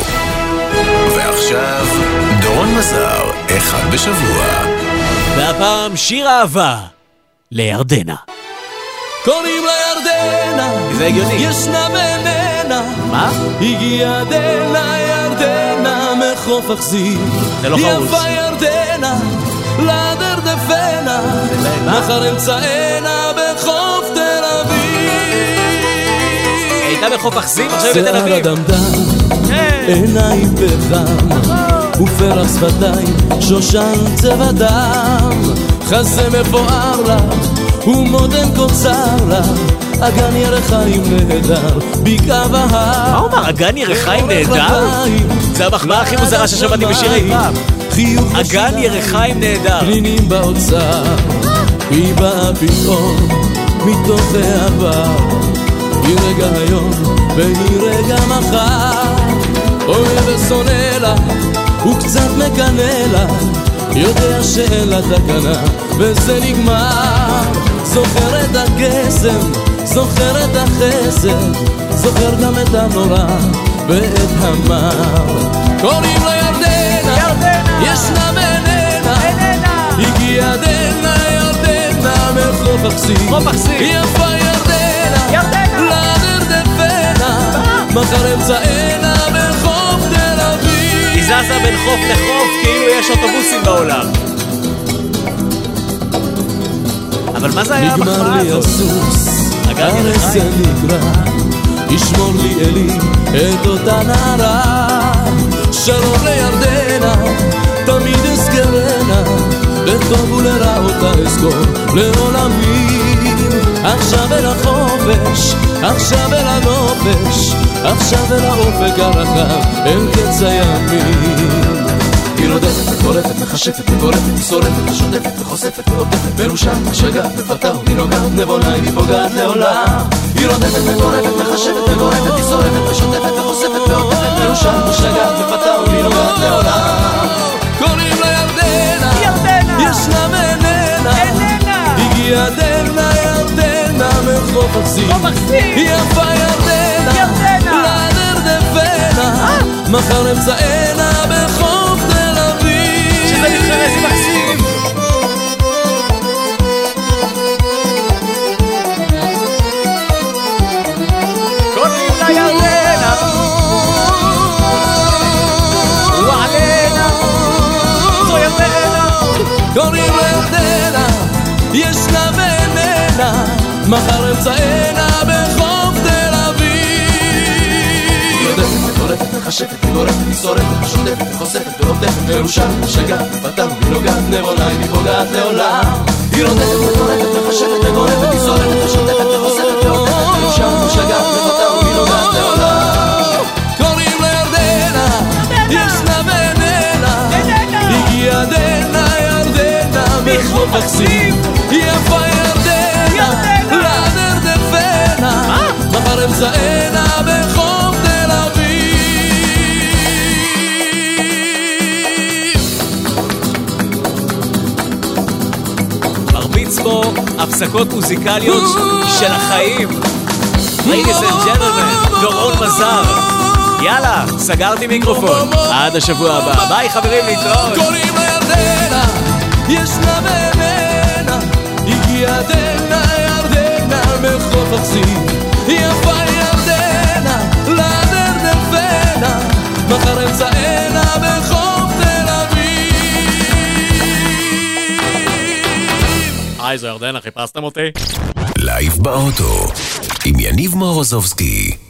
ועכשיו דורון מזר, אחד בשבוע. והפעם שיר אהבה לירדנה. קוראים לה ירדנה, זה הגיוני. ישנה בינינה. מה? הגיעה דנה ירדנה מחוף אכזיב. זה לא חרוץ. יפה ירדנה, לדרדפנה, מחר אמצענה בחוף תל אביב. הייתה בחוף אכזיב, עכשיו בתל אביב. שיער אדמדם, עיניים פחם, ופרח שפתיים, שושן צבע דם. חזה מפואר לה, ומודן קוצר לה, אגן ירחיים נהדר, בקעה בהר. מה הוא אמר? אגן ירחיים נהדר? זה המחמאה הכי מוזרה ששמעתי בשיר אי פעם. אגן ירחיים נהדר. פנינים באוצר, היא באה פתאום מתוך העבר. היא רגע היום והיא רגע מחר. אוהב ושונא לה, הוא קצת מקנא לה, יודע שאין לה תקנה וזה נגמר. זוכר את הקסם, זוכר את החסד, זוכר גם את הנורא ואת המר. קוראים לה ירדנה, ישנה בינינה, הגיעה דנה ירדנה מחוף אכזיב. יפה ירדנה, לדרדפנה, מחר אמצענה בחוף תל אביב. היא זזה בין חוף לחוף כאילו יש אוטובוסים בעולם. אבל מה זה היה המחמאה הזאת? נגמר לי הסוס, הרי זה נגרע, ישמור לי אלי את אותה נערה. שלום לירדנה, תמיד אזכרנה, לטוב ולרע אותה אזכור לעולמים. עכשיו אל החופש, עכשיו אל הנופש, עכשיו אל האופק הרחב, אל קץ הימים. היא רודפת וקורפת, מחשפת וגורפת, היא שורפת, שוטפת וחושפת ועוטפת, פירושה משגעת, מפתה ונוגעת, נבונה היא פוגעת לעולם. היא רודפת וקורפת, מחשפת וגורפת, היא שורפת, שוטפת וחושפת ועוטפת, פירושה משגעת, מפתה ונוגעת לעולם. קוראים לה ירדנה, ישנה בינינה, הגיעה דנה ירדנה מחוף אכזיב. יפה ירדנה, לדרדפנה, מחר אמצענה בחוף תל אביב. שזה מתחרז עם אכזיב. קוראים לה ירדנה, ועלנה, זו ירדנה. קוראים לה ירדנה, ישנה בינינה, מחר אמצענה בחוף תל אביב. רודפת וקורפת, מחשפת וגורפת, היא שורפת, שוטפת וחושפת ועוטפת, פירושה משגעת, מפתה ונוגעת, נבונה היא פוגעת לעולם. היא רודפת וקורפת, מחשפת וגורפת, היא שורפת, שוטפת וחושפת ועוטפת, פירושה משגעת, מפתה ונוגעת לעולם. קוראים לה ירדנה, ישנה בינינה, הגיעה דנה ירדנה מחוף אכזיב. יפה ירדנה, לדרדפנה, מחר אמצענה בחוף תל אביב. מרביץ בו הפסקות מוזיקליות של החיים. Ladies and gentlemen, דורון מזר. יאללה, סגרתי מיקרופון. עד השבוע הבא. ביי חברים, להתראות. קוראים לה ירדנה, ישנה ממנה, הגיעה ירדנה, ירדנה מחוף אכזיב. יפה ירדנה, לדרדפנה, מחר אמצענה בחוף תל אביב. היי, זו ירדנה, חיפשתם אותי? לייב באוטו עם יניב מורוזובסקי.